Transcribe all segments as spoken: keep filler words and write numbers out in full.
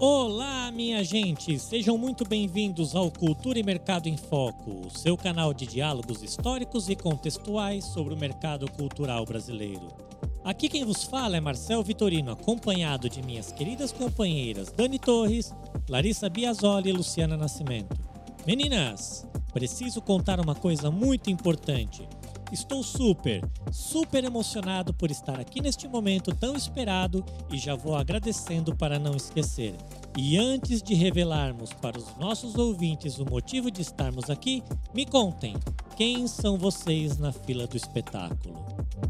Olá, minha gente! Sejam muito bem-vindos ao Cultura e Mercado em Foco, seu canal de diálogos históricos e contextuais sobre o mercado cultural brasileiro. Aqui quem vos fala é Marcel Vitorino, acompanhado de minhas queridas companheiras Dani Torres, Larissa Biasoli e Luciana Nascimento. Meninas, preciso contar uma coisa muito importante. Estou super, super emocionado por estar aqui neste momento tão esperado e já vou agradecendo para não esquecer. E antes de revelarmos para os nossos ouvintes o motivo de estarmos aqui, me contem, quem são vocês na fila do espetáculo?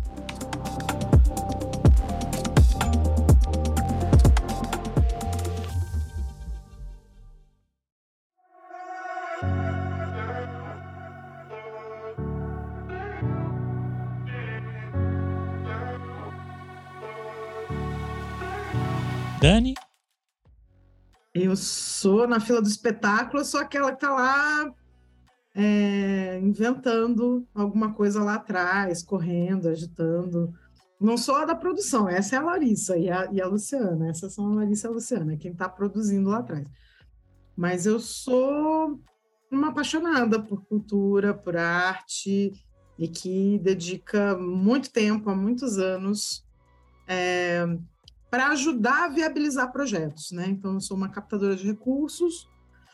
Dani? Eu sou, na fila do espetáculo, eu sou aquela que está lá é, inventando alguma coisa lá atrás, correndo, agitando. Não sou a da produção, essa é a Larissa e a, e a Luciana. Essas são a Larissa e a Luciana, quem está produzindo lá atrás. Mas eu sou uma apaixonada por cultura, por arte, e que dedica muito tempo, há muitos anos, é, para ajudar a viabilizar projetos, né? Então, eu sou uma captadora de recursos,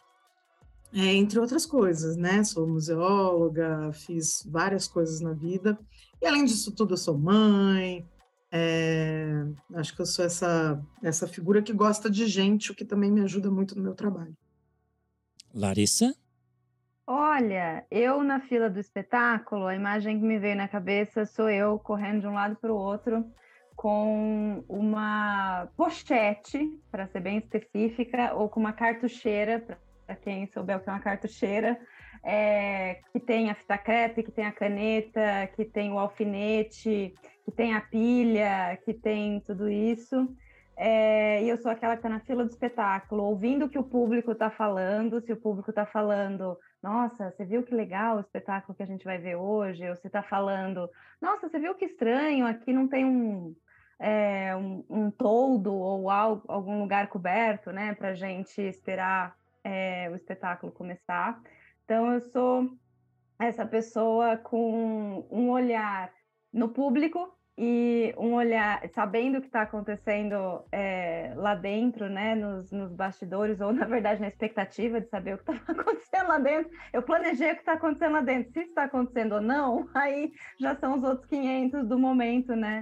é, entre outras coisas, né? Sou museóloga, fiz várias coisas na vida, e além disso tudo, eu sou mãe, é, acho que eu sou essa, essa figura que gosta de gente, o que também me ajuda muito no meu trabalho. Larissa? Olha, eu na fila do espetáculo, a imagem que me veio na cabeça sou eu correndo de um lado para o outro, com uma pochete, para ser bem específica, ou com uma cartucheira, para quem souber o que é uma cartucheira, é, que tem a fita crepe, que tem a caneta, que tem o alfinete, que tem a pilha, que tem tudo isso. É, e eu sou aquela que está na fila do espetáculo, ouvindo o que o público está falando, se o público está falando, nossa, você viu que legal o espetáculo que a gente vai ver hoje? Ou você está falando, nossa, você viu que estranho, aqui não tem um... É, um, um toldo ou algo, algum lugar coberto, né, para a gente esperar é, o espetáculo começar. Então, eu sou essa pessoa com um olhar no público e um olhar, sabendo o que está acontecendo é, lá dentro, né, nos, nos bastidores, ou, na verdade, na expectativa de saber o que está acontecendo lá dentro. Eu planejei o que está acontecendo lá dentro. Se está acontecendo ou não, aí já são os outros quinhentos do momento, né?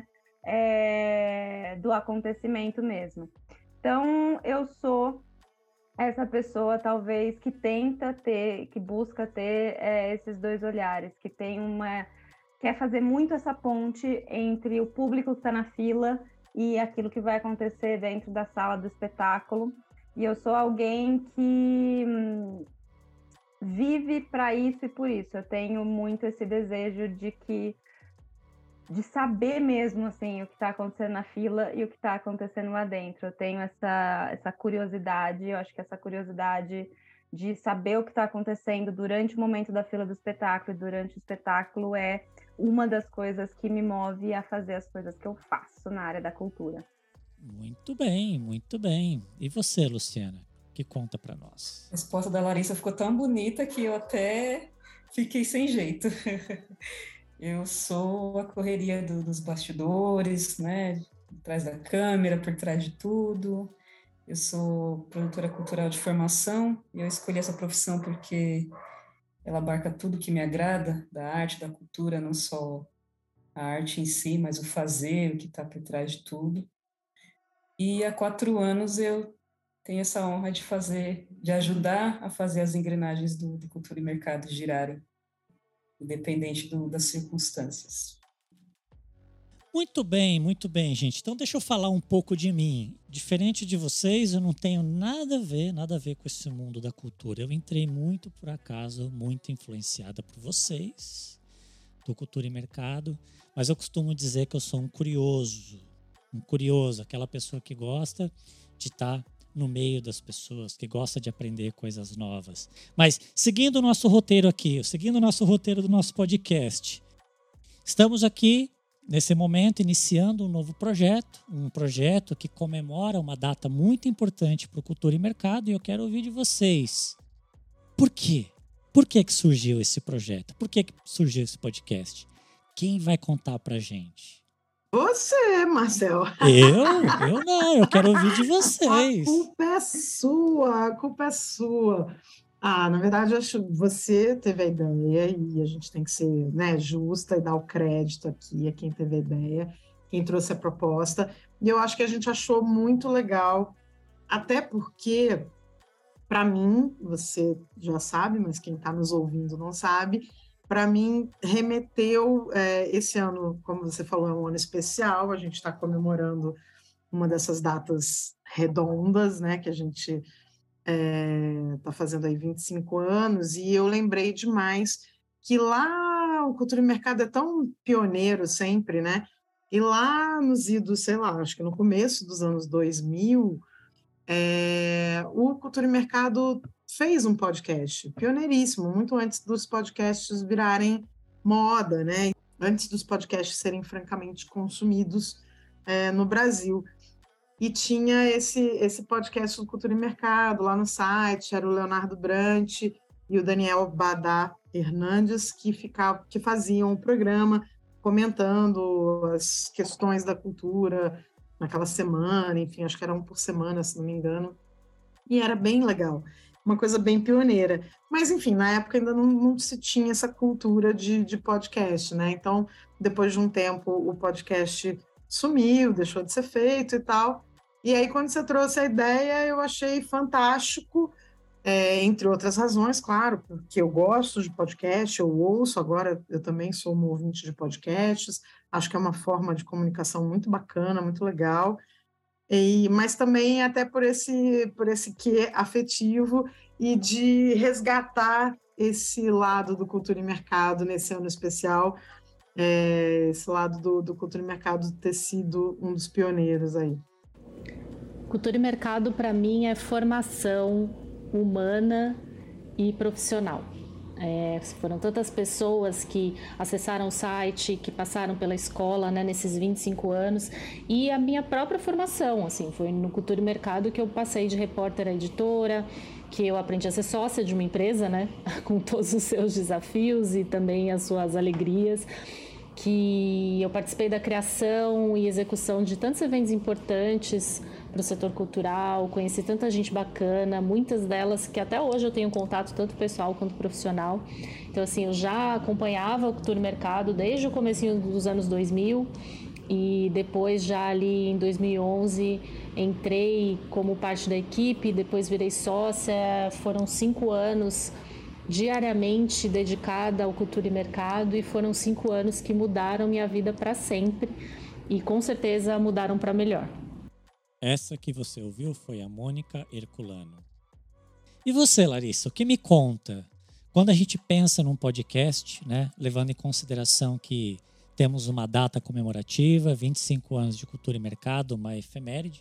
É, do acontecimento mesmo. Então, eu sou essa pessoa, talvez, que tenta ter, que busca ter é, esses dois olhares, que tem uma... quer fazer muito essa ponte entre o público que está na fila e aquilo que vai acontecer dentro da sala do espetáculo. E eu sou alguém que hum, vive para isso e por isso. Eu tenho muito esse desejo de que de saber mesmo, assim, o que está acontecendo na fila e o que está acontecendo lá dentro. Eu tenho essa, essa curiosidade, eu acho que essa curiosidade de saber o que está acontecendo durante o momento da fila do espetáculo e durante o espetáculo é uma das coisas que me move a fazer as coisas que eu faço na área da cultura. Muito bem, muito bem. E você, Luciana? Que conta para nós? A resposta da Larissa ficou tão bonita que eu até fiquei sem jeito. Eu sou a correria do, dos bastidores, né? Por trás da câmera, por trás de tudo. Eu sou produtora cultural de formação e eu escolhi essa profissão porque ela abarca tudo que me agrada da arte, da cultura, não só a arte em si, mas o fazer, o que está por trás de tudo. E há quatro anos eu tenho essa honra de fazer, de ajudar a fazer as engrenagens do, do Cultura e Mercado girarem, independente do, das circunstâncias. Muito bem, muito bem, gente. Então deixa eu falar um pouco de mim. Diferente de vocês, eu não tenho nada a ver, nada a ver com esse mundo da cultura. Eu entrei muito por acaso, muito influenciada por vocês, do Cultura e Mercado, mas eu costumo dizer que eu sou um curioso, um curioso, aquela pessoa que gosta de estar no meio das pessoas, que gosta de aprender coisas novas. Mas seguindo o nosso roteiro aqui, seguindo o nosso roteiro do nosso podcast, estamos aqui nesse momento, iniciando um novo projeto, um projeto que comemora uma data muito importante para o Cultura e Mercado, e eu quero ouvir de vocês. Por quê? Por que que surgiu esse projeto? Por que que surgiu esse podcast? Quem vai contar pra gente? Você, Marcel. Eu? Eu não, eu quero ouvir de vocês. A culpa é sua, a culpa é sua. Ah, na verdade, eu acho que você teve a ideia e a gente tem que ser, né, justa e dar o crédito aqui a quem teve a ideia, quem trouxe a proposta. E eu acho que a gente achou muito legal, até porque, para mim, você já sabe, mas quem está nos ouvindo não sabe, para mim, remeteu, é, esse ano, como você falou, é um ano especial, a gente está comemorando uma dessas datas redondas, né, que a gente está é, fazendo aí vinte e cinco anos, e eu lembrei demais que lá o Cultura e Mercado é tão pioneiro sempre, né, e lá nos idos, sei lá, acho que no começo dos anos dois mil, é, o Cultura e Mercado fez um podcast pioneiríssimo, muito antes dos podcasts virarem moda, né? Antes dos podcasts serem francamente consumidos é, no Brasil. E tinha esse, esse podcast do Cultura e Mercado lá no site, era o Leonardo Brant e o Daniel Badá Hernandes que, ficavam, que faziam o programa comentando as questões da cultura naquela semana, enfim, acho que era um por semana, se não me engano, e era bem legal, uma coisa bem pioneira. Mas, enfim, na época ainda não, não se tinha essa cultura de, de podcast, né? Então, depois de um tempo, o podcast sumiu, deixou de ser feito e tal. E aí, quando você trouxe a ideia, eu achei fantástico, é, entre outras razões, claro, porque eu gosto de podcast, eu ouço, agora eu também sou um ouvinte de podcasts, acho que é uma forma de comunicação muito bacana, muito legal, e, mas também até por esse, por esse quê afetivo e de resgatar esse lado do Cultura e Mercado nesse ano especial, é, esse lado do, do Cultura e Mercado ter sido um dos pioneiros aí. Cultura e Mercado, para mim, é formação humana e profissional. É, foram tantas pessoas que acessaram o site, que passaram pela escola, né, nesses vinte e cinco anos, e a minha própria formação, assim, foi no Cultura e Mercado que eu passei de repórter a editora, que eu aprendi a ser sócia de uma empresa, né, com todos os seus desafios e também as suas alegrias, que eu participei da criação e execução de tantos eventos importantes para o setor cultural, conheci tanta gente bacana, muitas delas que até hoje eu tenho contato, tanto pessoal quanto profissional. Então, assim, eu já acompanhava o Cultura e Mercado desde o comecinho dos anos dois mil e depois já ali em dois mil e onze entrei como parte da equipe, depois virei sócia, foram cinco anos diariamente dedicada ao Cultura e Mercado e foram cinco anos que mudaram minha vida para sempre e com certeza mudaram para melhor. Essa que você ouviu foi a Mônica Herculano. E você, Larissa, o que me conta? Quando a gente pensa num podcast, né, levando em consideração que temos uma data comemorativa, vinte e cinco anos de Cultura e Mercado, uma efeméride,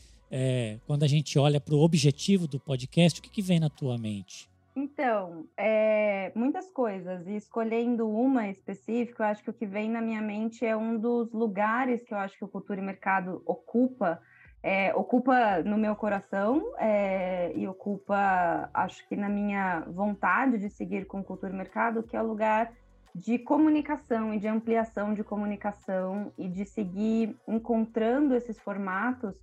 é, quando a gente olha para o objetivo do podcast, o que, que vem na tua mente? Então, é, muitas coisas, e escolhendo uma específica, eu acho que o que vem na minha mente é um dos lugares que eu acho que o Cultura e Mercado ocupa, é, ocupa no meu coração é, e ocupa, acho que na minha vontade de seguir com Cultura e Mercado, que é o lugar de comunicação e de ampliação de comunicação e de seguir encontrando esses formatos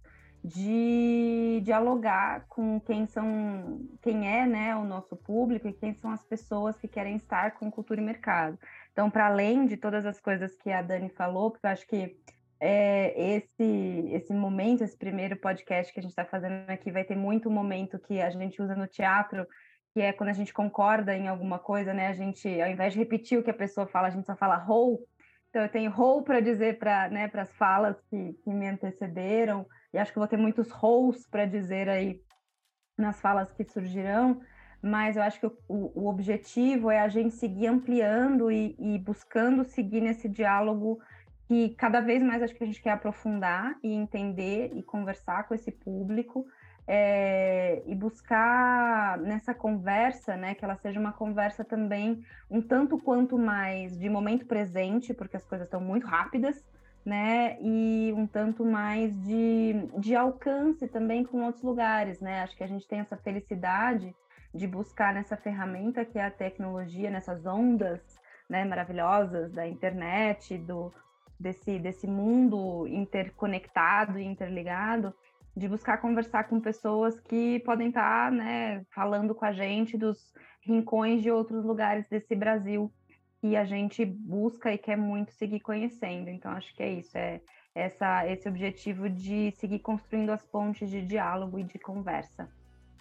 de dialogar com quem são, quem é, né, o nosso público e quem são as pessoas que querem estar com Cultura e Mercado. Então, para além de todas as coisas que a Dani falou, porque eu acho que é, esse, esse momento, esse primeiro podcast que a gente está fazendo aqui, vai ter muito momento que a gente usa no teatro, que é quando a gente concorda em alguma coisa, né? A gente, ao invés de repetir o que a pessoa fala, a gente só fala "rou". Então, eu tenho "rou" para dizer para, né, para as falas que, que me antecederam, e acho que vou ter muitos "rows" para dizer aí nas falas que surgirão, mas eu acho que o, o objetivo é a gente seguir ampliando e, e buscando seguir nesse diálogo que cada vez mais acho que a gente quer aprofundar e entender e conversar com esse público, é, e buscar nessa conversa, né, que ela seja uma conversa também um tanto quanto mais de momento presente, porque as coisas estão muito rápidas, né, e um tanto mais de, de alcance também com outros lugares, né? Acho que a gente tem essa felicidade de buscar nessa ferramenta que é a tecnologia, nessas ondas, né, maravilhosas da internet, do, desse, desse mundo interconectado e interligado, de buscar conversar com pessoas que podem estar, né, falando com a gente dos rincões de outros lugares desse Brasil que a gente busca e quer muito seguir conhecendo. Então, acho que é isso, é essa, esse objetivo de seguir construindo as pontes de diálogo e de conversa.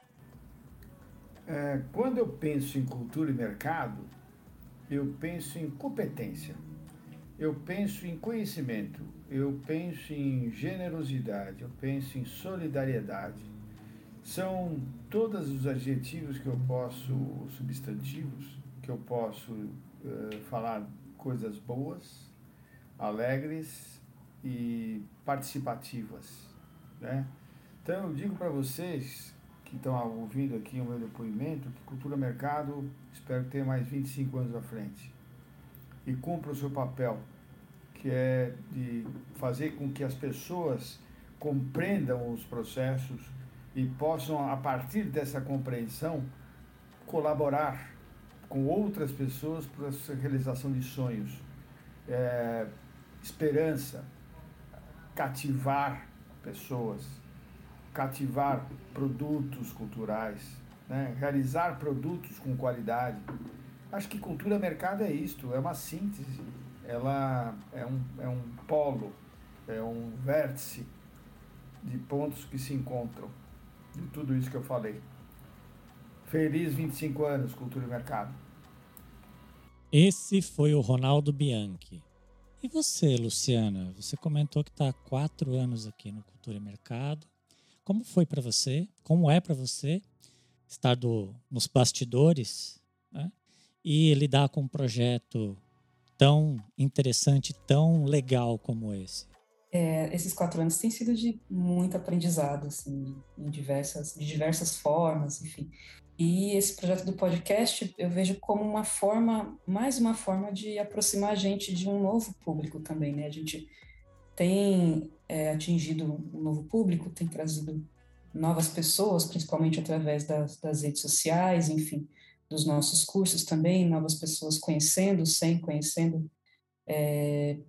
É, quando eu penso em cultura e mercado, eu penso em competência, eu penso em conhecimento, eu penso em generosidade, eu penso em solidariedade. São todos os adjetivos que eu posso, substantivos, que eu posso uh, falar coisas boas, alegres e participativas, né? Então eu digo para vocês que estão ouvindo aqui o meu depoimento, que Cultura Mercado, espero ter mais vinte e cinco anos à frente. E cumpra o seu papel, que é de fazer com que as pessoas compreendam os processos e possam, a partir dessa compreensão, colaborar com outras pessoas para a realização de sonhos. É, esperança, cativar pessoas, cativar produtos culturais, né? Realizar produtos com qualidade. Acho que cultura mercado é isto, é uma síntese, ela é um, é um polo, é um vértice de pontos que se encontram, de tudo isso que eu falei. Feliz vinte e cinco anos, Cultura e Mercado. Esse foi o Ronaldo Bianchi. E você, Luciana? Você comentou que está há quatro anos aqui no Cultura e Mercado. Como foi para você? Como é para você estar do, nos bastidores, né? E lidar com um projeto tão interessante, tão legal como esse? É, esses quatro anos têm sido de muito aprendizado, assim, em diversas, de diversas formas, enfim. E esse projeto do podcast eu vejo como uma forma, mais uma forma de aproximar a gente de um novo público também, né? A gente tem é, atingido um novo público, tem trazido novas pessoas, principalmente através das, das redes sociais, enfim, dos nossos cursos também, novas pessoas conhecendo, sem conhecendo, é,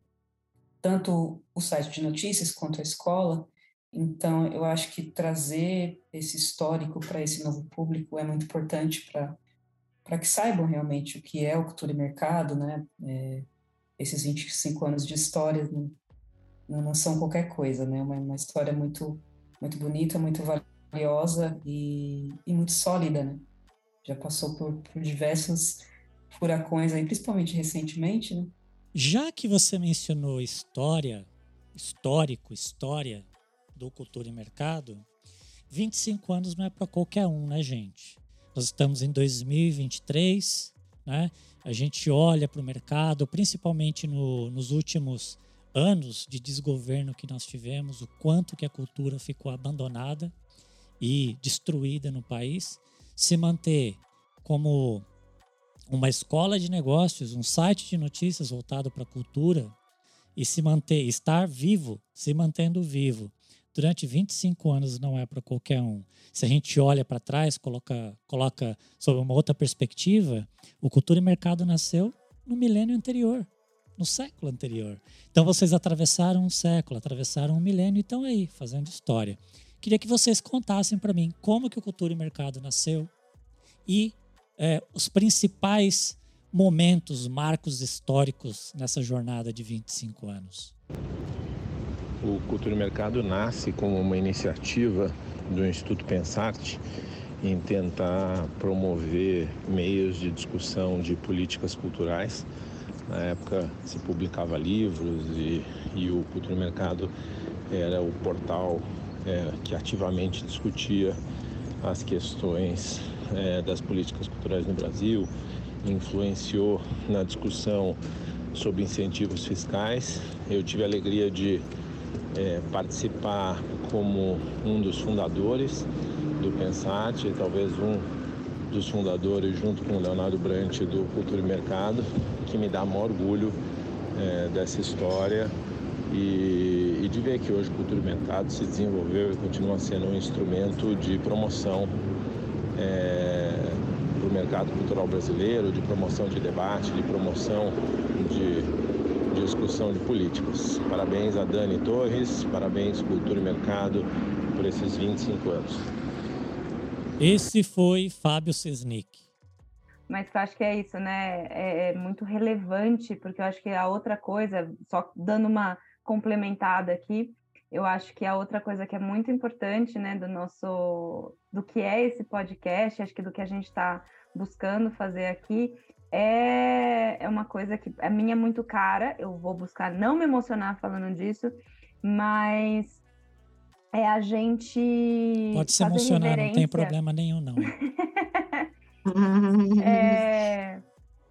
tanto o site de notícias quanto a escola. Então, eu acho que trazer esse histórico para esse novo público é muito importante para para que saibam realmente o que é o Cultura e Mercado, né? É, esses vinte e cinco anos de história não, não são qualquer coisa, né? Uma, uma história muito, muito bonita, muito valiosa e, e muito sólida, né? Já passou por, por diversos furacões aí, principalmente recentemente, né? Já que você mencionou história, histórico, história do Cultura e Mercado, vinte e cinco anos não é para qualquer um, né, gente? Nós estamos em dois mil e vinte e três, né? A gente olha para o mercado, principalmente no, nos últimos anos de desgoverno que nós tivemos, o quanto que a cultura ficou abandonada e destruída no país. Se manter como uma escola de negócios, um site de notícias voltado para a cultura e se manter, estar vivo, se mantendo vivo durante vinte e cinco anos não é para qualquer um. Se a gente olha para trás, coloca, coloca sob uma outra perspectiva, o Cultura e Mercado nasceu no milênio anterior, no século anterior. Então vocês atravessaram um século, atravessaram um milênio e estão aí, fazendo história. Queria que vocês contassem para mim como que o Cultura e Mercado nasceu e é, os principais momentos, marcos históricos nessa jornada de vinte e cinco anos. O Cultura e Mercado nasce como uma iniciativa do Instituto Pensarte em tentar promover meios de discussão de políticas culturais. Na época se publicava livros e, e o Cultura e Mercado era o portal é, que ativamente discutia as questões é, das políticas culturais no Brasil, influenciou na discussão sobre incentivos fiscais. Eu tive a alegria de é, participar como um dos fundadores do Pensat, talvez um dos fundadores, junto com o Leonardo Brant, do Cultura e Mercado, que me dá maior orgulho é, dessa história e, e de ver que hoje o Cultura e Mercado se desenvolveu e continua sendo um instrumento de promoção é, do mercado cultural brasileiro, de promoção de debate, de promoção de, de discussão de políticas. Parabéns a Dani Torres, parabéns Cultura e Mercado por esses vinte e cinco anos. Esse foi Fábio Sesnick. Mas eu acho que é isso, né? É, é muito relevante, porque eu acho que a outra coisa, só dando uma complementada aqui, eu acho que a outra coisa que é muito importante, né, do nosso, do que é esse podcast, acho que do que a gente está buscando fazer aqui, é, é uma coisa que a minha é muito cara, eu vou buscar não me emocionar falando disso, mas é a gente Pode se emocionar, reverência. Não tem problema nenhum, não. é...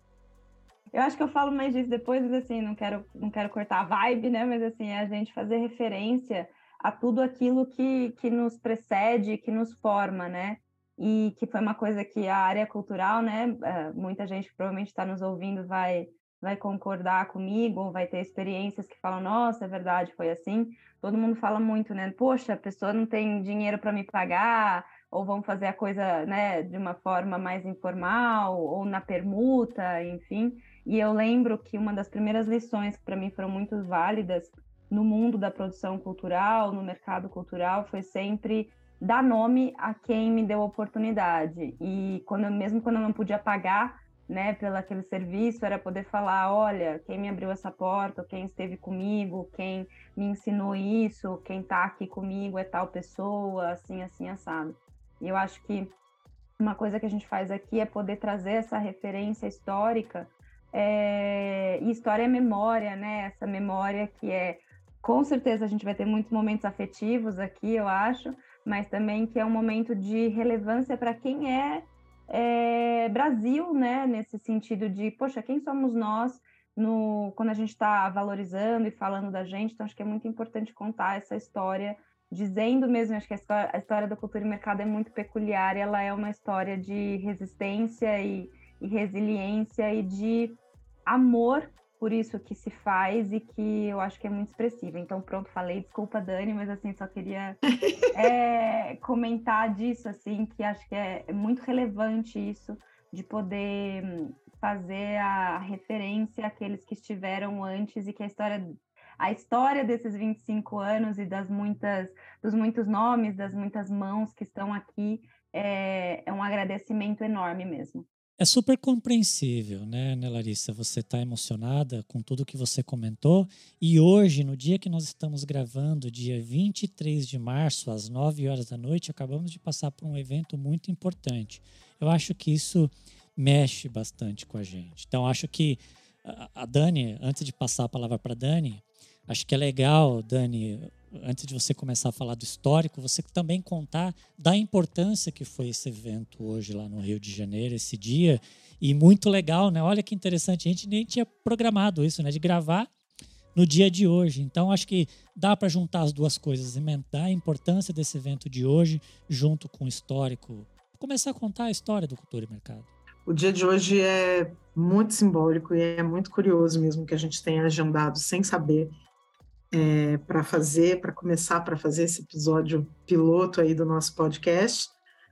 Eu acho que eu falo mais disso depois, mas assim, não quero, não quero cortar a vibe, né? Mas assim, é a gente fazer referência a tudo aquilo que, que nos precede, que nos forma, né? E que foi uma coisa que a área cultural, né? Muita gente que provavelmente está nos ouvindo vai, vai concordar comigo, ou vai ter experiências que falam, nossa, é verdade, foi assim. Todo mundo fala muito, né? Poxa, a pessoa não tem dinheiro para me pagar, ou vão fazer a coisa, né, de uma forma mais informal, ou na permuta, enfim. E eu lembro que uma das primeiras lições que para mim foram muito válidas no mundo da produção cultural, no mercado cultural, foi sempre dar nome a quem me deu a oportunidade. E quando eu, mesmo quando eu não podia pagar, né, pelo aquele serviço, era poder falar, olha, quem me abriu essa porta, quem esteve comigo, quem me ensinou isso, quem está aqui comigo é tal pessoa, assim, assim, assado. E eu acho que uma coisa que a gente faz aqui é poder trazer essa referência histórica. É, e história é memória, né? Essa memória que é, com certeza a gente vai ter muitos momentos afetivos aqui, eu acho, mas também que é um momento de relevância para quem é, é Brasil, né? Nesse sentido de, poxa, quem somos nós no, quando a gente está valorizando e falando da gente? Então acho que é muito importante contar essa história, dizendo mesmo, acho que a história, a história da cultura e mercado é muito peculiar, e ela é uma história de resistência e e resiliência e de amor por isso que se faz e que eu acho que é muito expressiva. Então, pronto, falei, desculpa, Dani, mas assim, só queria é, comentar disso, assim, que acho que é, é muito relevante isso, de poder fazer a referência àqueles que estiveram antes e que a história... A história desses vinte e cinco anos e das muitas, dos muitos nomes, das muitas mãos que estão aqui, é, é um agradecimento enorme mesmo. É super compreensível, né, né, Larissa? Você está emocionada com tudo que você comentou. E hoje, no dia que nós estamos gravando, dia vinte e três de março, às nove horas da noite, acabamos de passar por um evento muito importante. Eu acho que isso mexe bastante com a gente. Então, acho que a Dani, antes de passar a palavra para a Dani, acho que é legal, Dani, antes de você começar a falar do histórico, você também contar da importância que foi esse evento hoje lá no Rio de Janeiro, esse dia, e muito legal, né? Olha que interessante, a gente nem tinha programado isso, né? De gravar no dia de hoje. Então, acho que dá para juntar as duas coisas, emendar a importância desse evento de hoje junto com o histórico. Começar a contar a história do Cultura e Mercado. O dia de hoje é muito simbólico e é muito curioso mesmo que a gente tenha agendado sem saber É, para fazer, para começar, para fazer esse episódio piloto aí do nosso podcast,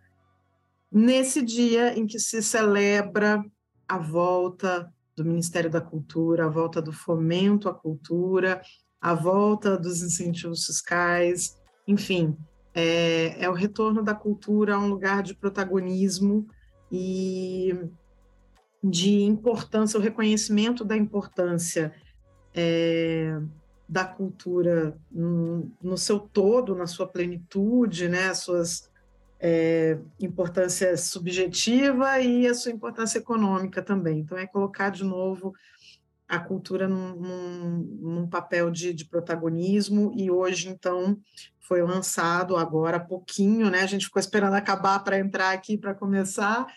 nesse dia em que se celebra a volta do Ministério da Cultura, a volta do fomento à cultura, a volta dos incentivos fiscais, enfim, é, é o retorno da cultura a um lugar de protagonismo e de importância, o reconhecimento da importância é, da cultura no, no seu todo, na sua plenitude, né, as suas é, importância subjetiva e a sua importância econômica também. Então, é colocar de novo a cultura num, num, num papel de, de protagonismo, e hoje, então, foi lançado agora há pouquinho, né, a gente ficou esperando acabar para entrar aqui para começar,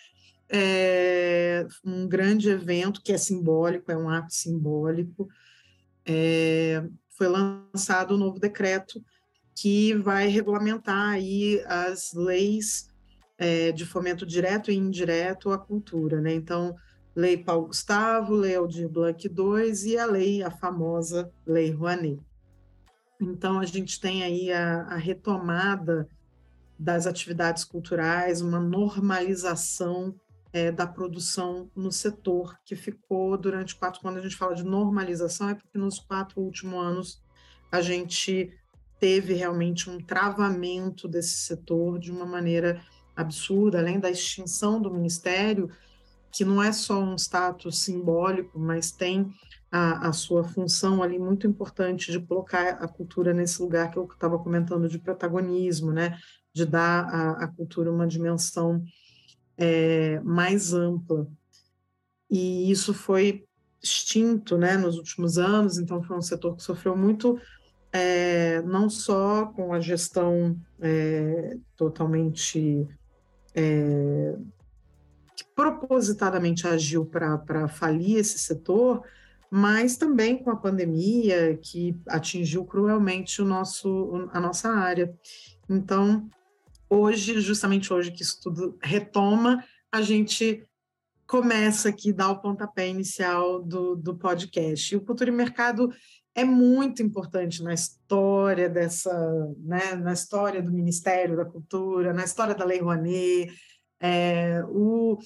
é, um grande evento que é simbólico, é um ato simbólico, É, foi lançado o novo decreto que vai regulamentar aí as leis é, de fomento direto e indireto à cultura, né? Então, Lei Paulo Gustavo, Lei Aldir Blanc dois e a lei, a famosa Lei Rouanet. Então, a gente tem aí a, a retomada das atividades culturais, uma normalização é, da produção no setor, que ficou durante quatro, quando a gente fala de normalização, é porque nos quatro últimos anos a gente teve realmente um travamento desse setor de uma maneira absurda, além da extinção do Ministério, que não é só um status simbólico, mas tem a, a sua função ali muito importante de colocar a cultura nesse lugar que eu estava comentando de protagonismo, né? De dar à, à cultura uma dimensão é, mais ampla. E isso foi extinto, né, nos últimos anos, então foi um setor que sofreu muito, é, não só com a gestão é, totalmente... É, que propositadamente agiu para falir esse setor, mas também com a pandemia, que atingiu cruelmente o nosso, a nossa área. Então, hoje, justamente hoje que isso tudo retoma, a gente começa aqui a dar o pontapé inicial do, do podcast. E o Cultura e Mercado é muito importante na história dessa, né, na história do Ministério da Cultura, na história da Lei Rouanet. É, o,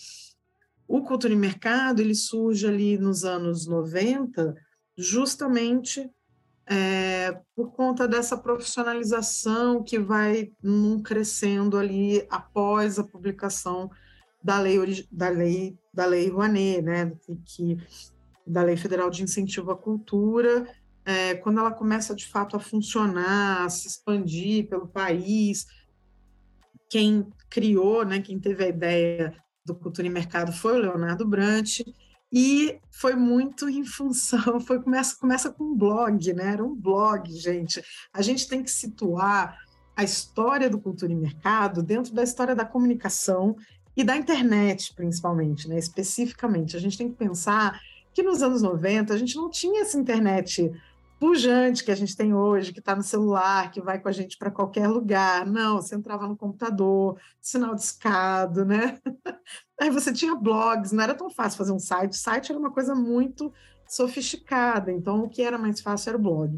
o Cultura e Mercado ele surge ali nos anos noventa, justamente é, por conta dessa profissionalização que vai num crescendo ali após a publicação da lei da lei da lei Rouanet, né, que, da Lei Federal de Incentivo à Cultura, é, quando ela começa de fato a funcionar, a se expandir pelo país. Quem criou, né, quem teve a ideia do Cultura e Mercado foi o Leonardo Brant, e foi muito em função, foi, começa, começa com um blog, né? Era um blog, gente. A gente tem que situar a história do Cultura e Mercado dentro da história da comunicação e da internet, principalmente, né? Especificamente. A gente tem que pensar que nos anos noventa a gente não tinha essa internet pujante que a gente tem hoje, que está no celular, que vai com a gente para qualquer lugar. Não, você entrava no computador, sinal discado, né? Aí você tinha blogs, não era tão fácil fazer um site. O site era uma coisa muito sofisticada, então o que era mais fácil era o blog.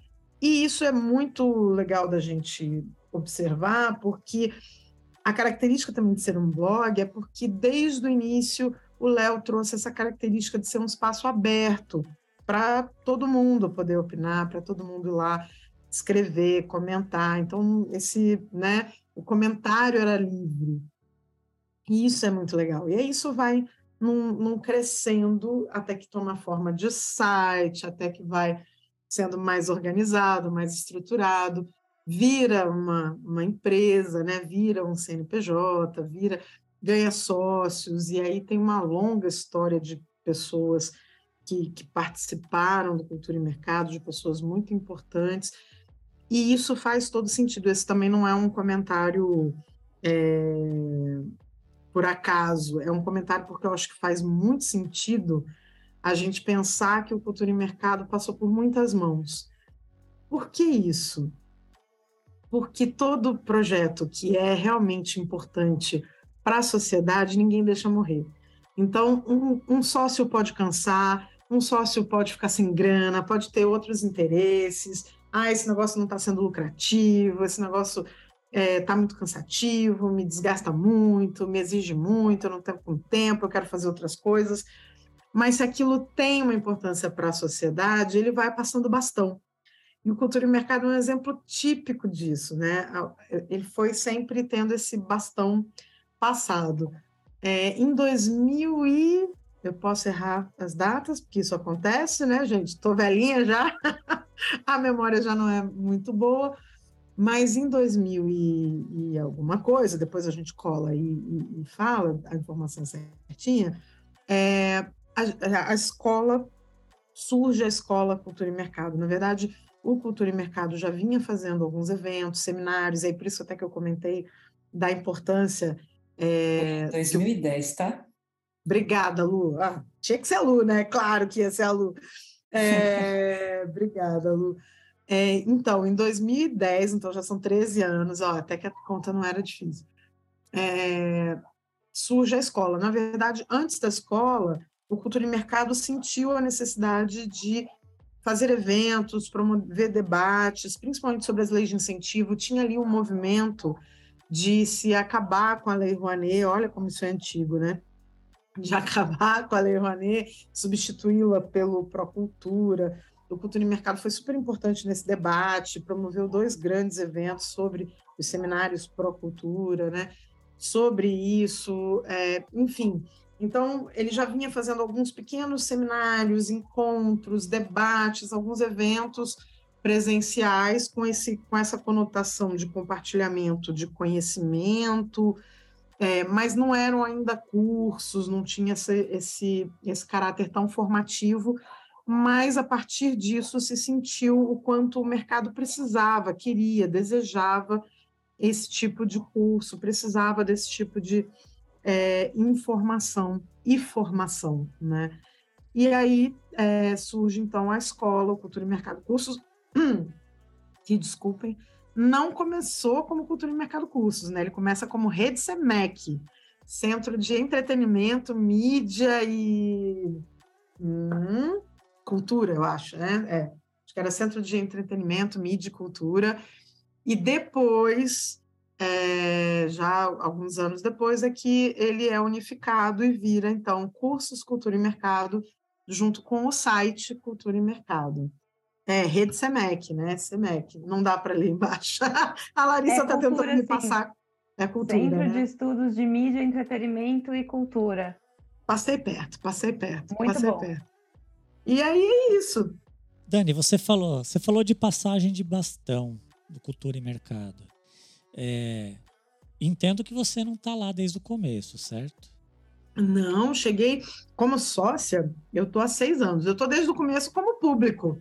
E isso é muito legal da gente observar, porque a característica também de ser um blog é porque desde o início o Léo trouxe essa característica de ser um espaço aberto, para todo mundo poder opinar, para todo mundo ir lá escrever, comentar. Então, esse, né, o comentário era livre. E isso é muito legal. E aí isso vai num, num crescendo até que toma forma de site, até que vai sendo mais organizado, mais estruturado, vira uma, uma empresa, né, vira um C N P J, vira, ganha sócios, e aí tem uma longa história de pessoas Que, que participaram do Cultura e Mercado, de pessoas muito importantes, e isso faz todo sentido. Esse também não é um comentário é, por acaso, é um comentário porque eu acho que faz muito sentido a gente pensar que o Cultura e Mercado passou por muitas mãos. Por que isso? Porque todo projeto que é realmente importante para a sociedade, ninguém deixa morrer. Então, um, um sócio pode cansar, um sócio pode ficar sem grana, pode ter outros interesses. Ah, esse negócio não está sendo lucrativo, esse negócio está é, muito cansativo, me desgasta muito, me exige muito, eu não tenho tempo, eu quero fazer outras coisas. Mas se aquilo tem uma importância para a sociedade, ele vai passando bastão. E o Cultura e Mercado é um exemplo típico disso, né? Ele foi sempre tendo esse bastão passado. É, em dois mil e... Eu posso errar as datas, porque isso acontece, né, gente? Estou velhinha já, a memória já não é muito boa, mas em dois mil e, e alguma coisa, depois a gente cola e, e, e fala a informação certinha, é, a, a escola, surge a Escola Cultura e Mercado. Na verdade, o Cultura e Mercado já vinha fazendo alguns eventos, seminários, aí por isso até que eu comentei da importância... É, dois mil e dez, tá? Obrigada, Lu. Ah, tinha que ser a Lu, né? Claro que ia ser a Lu. É, obrigada, Lu. É, então, em dois mil e dez, então já são treze anos, ó, até que a conta não era difícil, é, surge a escola. Na verdade, antes da escola, o Cultura e Mercado sentiu a necessidade de fazer eventos, promover debates, principalmente sobre as leis de incentivo. Tinha ali um movimento de se acabar com a Lei Rouanet, olha como isso é antigo, né? De acabar com a Lei Rouanet, substituí-la pelo Procultura. O Cultura e Mercado foi super importante nesse debate, promoveu dois grandes eventos sobre os seminários Procultura, né? Sobre isso, é, enfim. Então, ele já vinha fazendo alguns pequenos seminários, encontros, debates, alguns eventos presenciais com, esse, com essa conotação de compartilhamento de conhecimento, é, mas não eram ainda cursos, não tinha esse, esse, esse caráter tão formativo, mas a partir disso se sentiu o quanto o mercado precisava, queria, desejava esse tipo de curso, precisava desse tipo de é, informação e formação, né? E aí é, surge, então, a escola, o Cultura e Mercado Cursos, que, desculpem, não começou como Cultura e Mercado Cursos, né? Ele começa como Rede SEMEC, Centro de Entretenimento, Mídia e hum, Cultura, eu acho, né? É, acho que era Centro de Entretenimento, Mídia e Cultura. E depois, é, já alguns anos depois, é que ele é unificado e vira, então, Cursos Cultura e Mercado, junto com o site Cultura e Mercado. É, Rede SEMEC, né? SEMEC, não dá para ler embaixo. A Larissa está é tentando me passar. É cultura, Centro né? de Estudos de Mídia, Entretenimento e Cultura. Passei perto, passei perto, Muito passei bom. perto. E aí é isso. Dani, você falou, você falou de passagem de bastão do Cultura e Mercado. É, entendo que você não está lá desde o começo, certo? Não, cheguei como sócia, eu estou há seis anos. Eu estou desde o começo como público.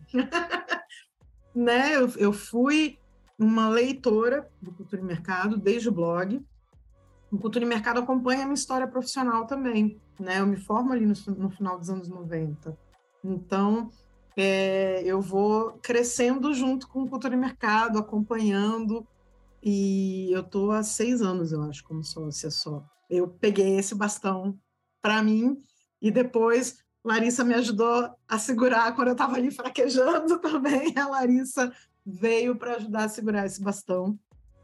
né? eu, eu fui uma leitora do Cultura e Mercado desde o blog. O Cultura e Mercado acompanha a minha história profissional também. Né? Eu me formo ali no, no final dos anos noventa. Então, é, eu vou crescendo junto com o Cultura e Mercado, acompanhando, e eu estou há seis anos, eu acho, como sócia só. Eu peguei esse bastão para mim, e depois Larissa me ajudou a segurar quando eu estava ali fraquejando também. A Larissa veio para ajudar a segurar esse bastão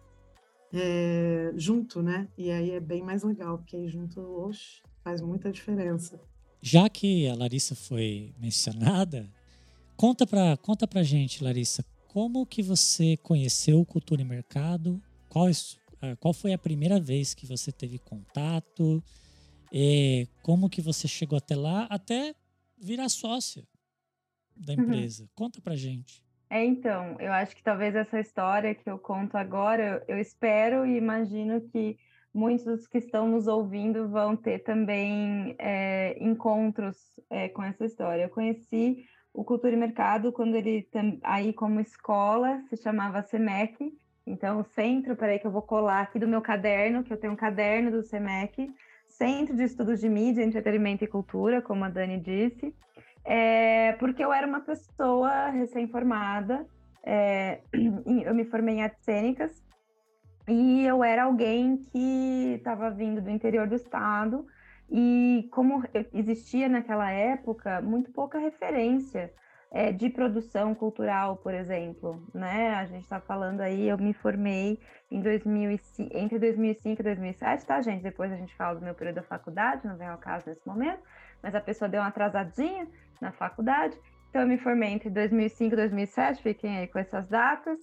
é, junto, né? E aí é bem mais legal, porque aí junto, oxe, faz muita diferença. Já que a Larissa foi mencionada, conta pra, conta pra gente, Larissa, como que você conheceu o Cultura e Mercado? Qual, qual foi a primeira vez que você teve contato? E como que você chegou até lá, até virar sócia da empresa? Uhum. Conta pra gente. É, então, eu acho que talvez essa história que eu conto agora, eu, eu espero e imagino que muitos dos que estão nos ouvindo vão ter também é, encontros é, com essa história. Eu conheci o Cultura e Mercado quando ele, aí como escola, se chamava SEMEC. Então, o centro, peraí que eu vou colar aqui do meu caderno, que eu tenho um caderno do SEMEC, Centro de Estudos de Mídia, Entretenimento e Cultura, como a Dani disse, é, porque eu era uma pessoa recém-formada, é, eu me formei em artes cênicas, e eu era alguém que estava vindo do interior do estado, e como existia naquela época muito pouca referência é, de produção cultural, por exemplo, né? A gente está falando aí, eu me formei em dois mil e cinco, entre dois mil e cinco e dois mil e sete, tá, gente? Depois a gente fala do meu período da faculdade, não vem ao caso nesse momento, mas a pessoa deu uma atrasadinha na faculdade, então eu me formei entre dois mil e cinco e dois mil e sete, fiquem aí com essas datas.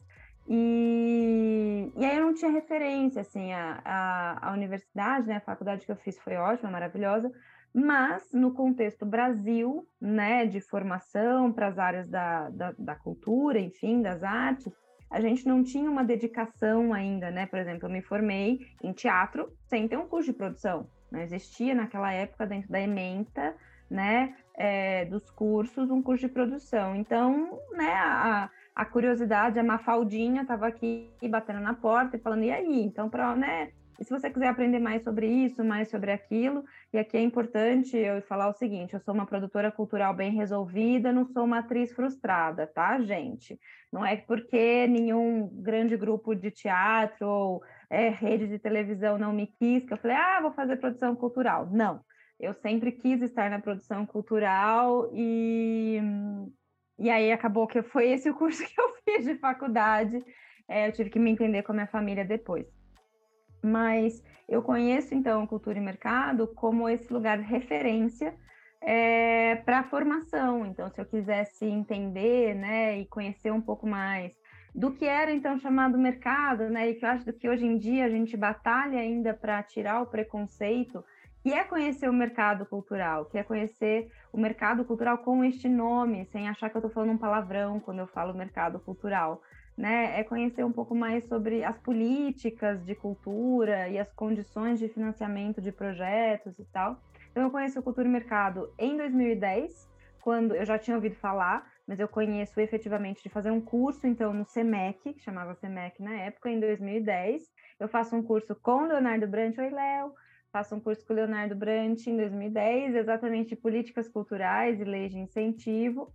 E, e aí eu não tinha referência, assim, a, a, a universidade, né, a faculdade que eu fiz foi ótima, maravilhosa, mas no contexto Brasil, né, de formação para as áreas da, da, da cultura, enfim, das artes, a gente não tinha uma dedicação ainda, né, por exemplo, eu me formei em teatro sem ter um curso de produção, não existia naquela época dentro da ementa, né, é, dos cursos, um curso de produção, então, né, a a curiosidade, a Mafaldinha estava aqui batendo na porta e falando, e aí? Então, para, né, E se você quiser aprender mais sobre isso, mais sobre aquilo, e aqui é importante eu falar o seguinte, eu sou uma produtora cultural bem resolvida, não sou uma atriz frustrada, tá, gente? Não é porque nenhum grande grupo de teatro ou é, rede de televisão não me quis, que eu falei, ah, vou fazer produção cultural. Não, eu sempre quis estar na produção cultural e, e aí acabou que foi esse o curso que eu fiz de faculdade, é, eu tive que me entender com a minha família depois. Mas eu conheço, então, Cultura e Mercado como esse lugar de referência é, para a formação. Então, se eu quisesse entender, né, e conhecer um pouco mais do que era, então, chamado mercado, né, e que eu acho que hoje em dia a gente batalha ainda para tirar o preconceito, que é conhecer o mercado cultural, que é conhecer o mercado cultural com este nome, sem achar que eu estou falando um palavrão quando eu falo mercado cultural. Né, é conhecer um pouco mais sobre as políticas de cultura e as condições de financiamento de projetos e tal. Então, eu conheci o Cultura e Mercado em dois mil e dez, quando eu já tinha ouvido falar, mas eu conheço efetivamente de fazer um curso, então, no SEMEC, que chamava SEMEC na época, em dois mil e dez. Eu faço um curso com o Leonardo Brant, oi, Léo, faço um curso com o Leonardo Brant em dois mil e dez, exatamente de políticas culturais e leis de incentivo.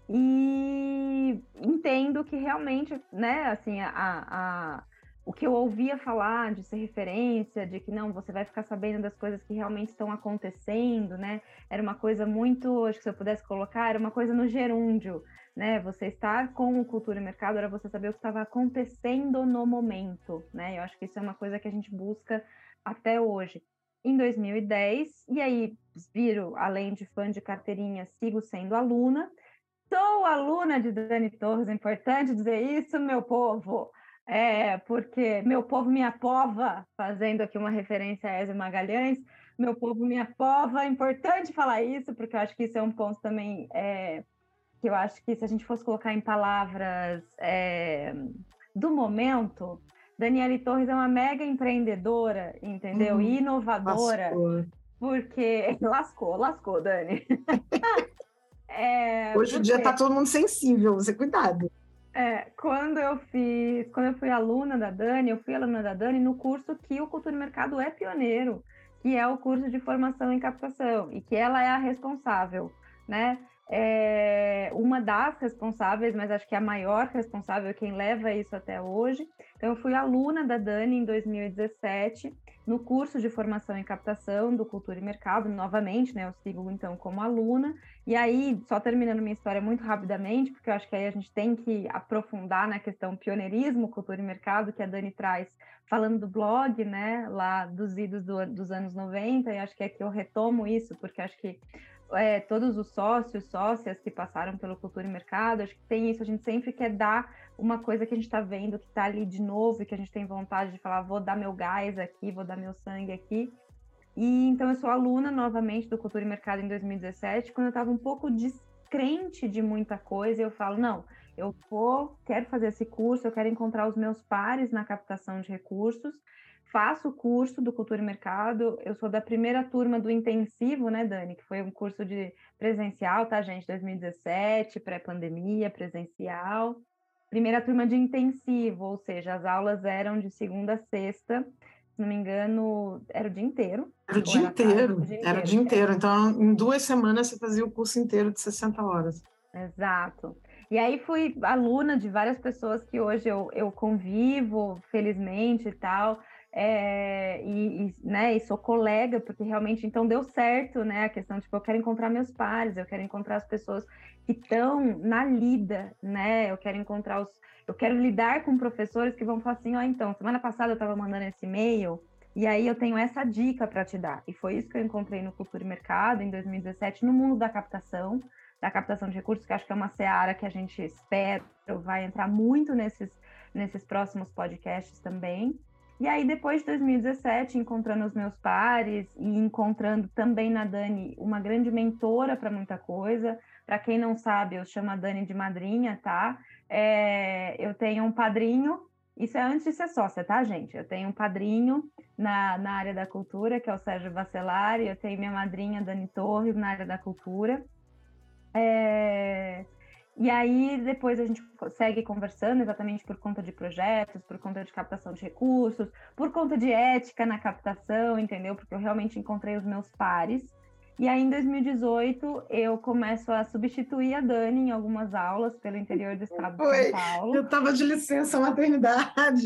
E entendo que realmente, né, assim, a, a, o que eu ouvia falar de ser referência, de que não, você vai ficar sabendo das coisas que realmente estão acontecendo, né, era uma coisa muito, acho que se eu pudesse colocar, era uma coisa no gerúndio, né, você estar com o Cultura e Mercado era você saber o que estava acontecendo no momento, né, eu acho que isso é uma coisa que a gente busca até hoje. Em dois mil e dez, e aí, viro, além de fã de carteirinha, sigo sendo aluna. Sou aluna de Dani Torres, é importante dizer isso, meu povo, é, porque meu povo me apova, fazendo aqui uma referência a Ezio Magalhães, meu povo me apova, é importante falar isso, porque eu acho que isso é um ponto também, é, que eu acho que se a gente fosse colocar em palavras é, do momento, Daniele Torres é uma mega empreendedora, entendeu? Hum, E inovadora, lascou. porque... Lascou, lascou, Dani. É, Hoje em dia está todo mundo sensível, você cuidado. É, quando eu fiz, quando eu fui aluna da Dani, eu fui aluna da Dani no curso que o Cultura e Mercado é pioneiro, que é o curso de formação em captação, e que ela é a responsável, né? É uma das responsáveis, mas acho que a maior responsável, quem leva isso até hoje. Então, eu fui aluna da Dani em dois mil e dezessete, no curso de formação em captação do Cultura e Mercado, novamente, né? Eu sigo, então, como aluna. E aí, só terminando minha história muito rapidamente, porque eu acho que aí a gente tem que aprofundar na questão pioneirismo, cultura e mercado, que a Dani traz, falando do blog, né, lá dos idos do, dos anos noventa, e acho que é que eu retomo isso, porque acho que é, todos os sócios, sócias que passaram pelo Cultura e Mercado, acho que tem isso, a gente sempre quer dar uma coisa que a gente está vendo, que está ali de novo, e que a gente tem vontade de falar, vou dar meu gás aqui, vou dar meu sangue aqui. E então eu sou aluna novamente do Cultura e Mercado em dois mil e dezessete, quando eu estava um pouco descrente de muita coisa, eu falo, não, eu vou, quero fazer esse curso, eu quero encontrar os meus pares na captação de recursos, faço o curso do Cultura e Mercado, eu sou da primeira turma do intensivo, né, Dani, que foi um curso de presencial, tá, gente, dois mil e dezessete, pré-pandemia, presencial, primeira turma de intensivo, ou seja, as aulas eram de segunda a sexta, se não me engano, era o dia inteiro. Era o dia era inteiro, tarde, o dia era o inteiro. dia inteiro. Então, em duas semanas, você fazia o curso inteiro de sessenta horas. Exato. E aí fui aluna de várias pessoas que hoje eu, eu convivo, felizmente e tal, é, e, e, né, e sou colega, porque realmente, então, deu certo, né, a questão, tipo, eu quero encontrar meus pares, eu quero encontrar as pessoas que estão na lida, né, eu quero encontrar os... Eu quero lidar com professores que vão falar assim, ó, oh, então, semana passada eu estava mandando esse e-mail, e aí eu tenho essa dica para te dar. E foi isso que eu encontrei no Cultura e Mercado, em dois mil e dezessete, no mundo da captação, da captação de recursos, que acho que é uma seara que a gente espera, vai entrar muito nesses, nesses próximos podcasts também. E aí, depois de dois mil e dezessete, encontrando os meus pares e encontrando também na Dani uma grande mentora para muita coisa. Para quem não sabe, eu chamo a Dani de madrinha, tá? É, eu tenho um padrinho, isso é antes de ser sócia, tá, gente? Eu tenho um padrinho na, na área da cultura, que é o Sérgio Bacelari, eu tenho minha madrinha, Dani Torres, na área da cultura. É... E aí, depois a gente segue conversando exatamente por conta de projetos, por conta de captação de recursos, por conta de ética na captação, entendeu? Porque eu realmente encontrei os meus pares. E aí, em dois mil e dezoito, eu começo a substituir a Dani em algumas aulas pelo interior do estado de Oi, São Paulo. eu estava de licença maternidade.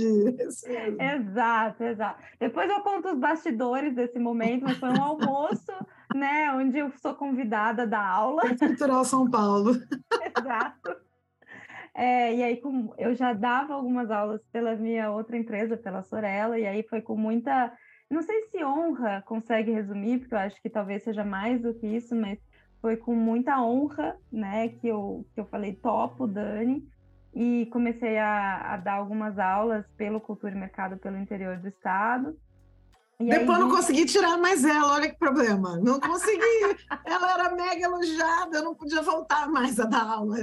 Exato, exato. Depois eu conto os bastidores desse momento, mas foi um almoço, né, onde eu sou convidada da aula. Cultural São Paulo. Exato. É, e aí com, eu já dava algumas aulas pela minha outra empresa, pela Sorella, e aí foi com muita... Não sei se honra consegue resumir, porque eu acho que talvez seja mais do que isso, mas foi com muita honra, né, que eu, que eu falei, topo, Dani, e comecei a, a dar algumas aulas pelo Cultura e Mercado pelo interior do estado. E Depois aí, não consegui tirar mais ela, olha que problema. Não consegui. Ela era mega elogiada, eu não podia voltar mais a dar aula.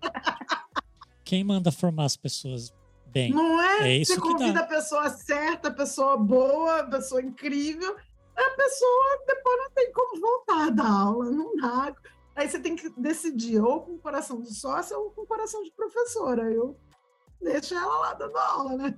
Quem manda formar as pessoas bem? Não é? É isso Você que convida dá. a pessoa certa, a pessoa boa, a pessoa incrível, a pessoa depois não tem como voltar a dar aula, não dá. Aí você tem que decidir, ou com o coração de sócia ou com o coração de professora. Eu deixo ela lá dando aula, né?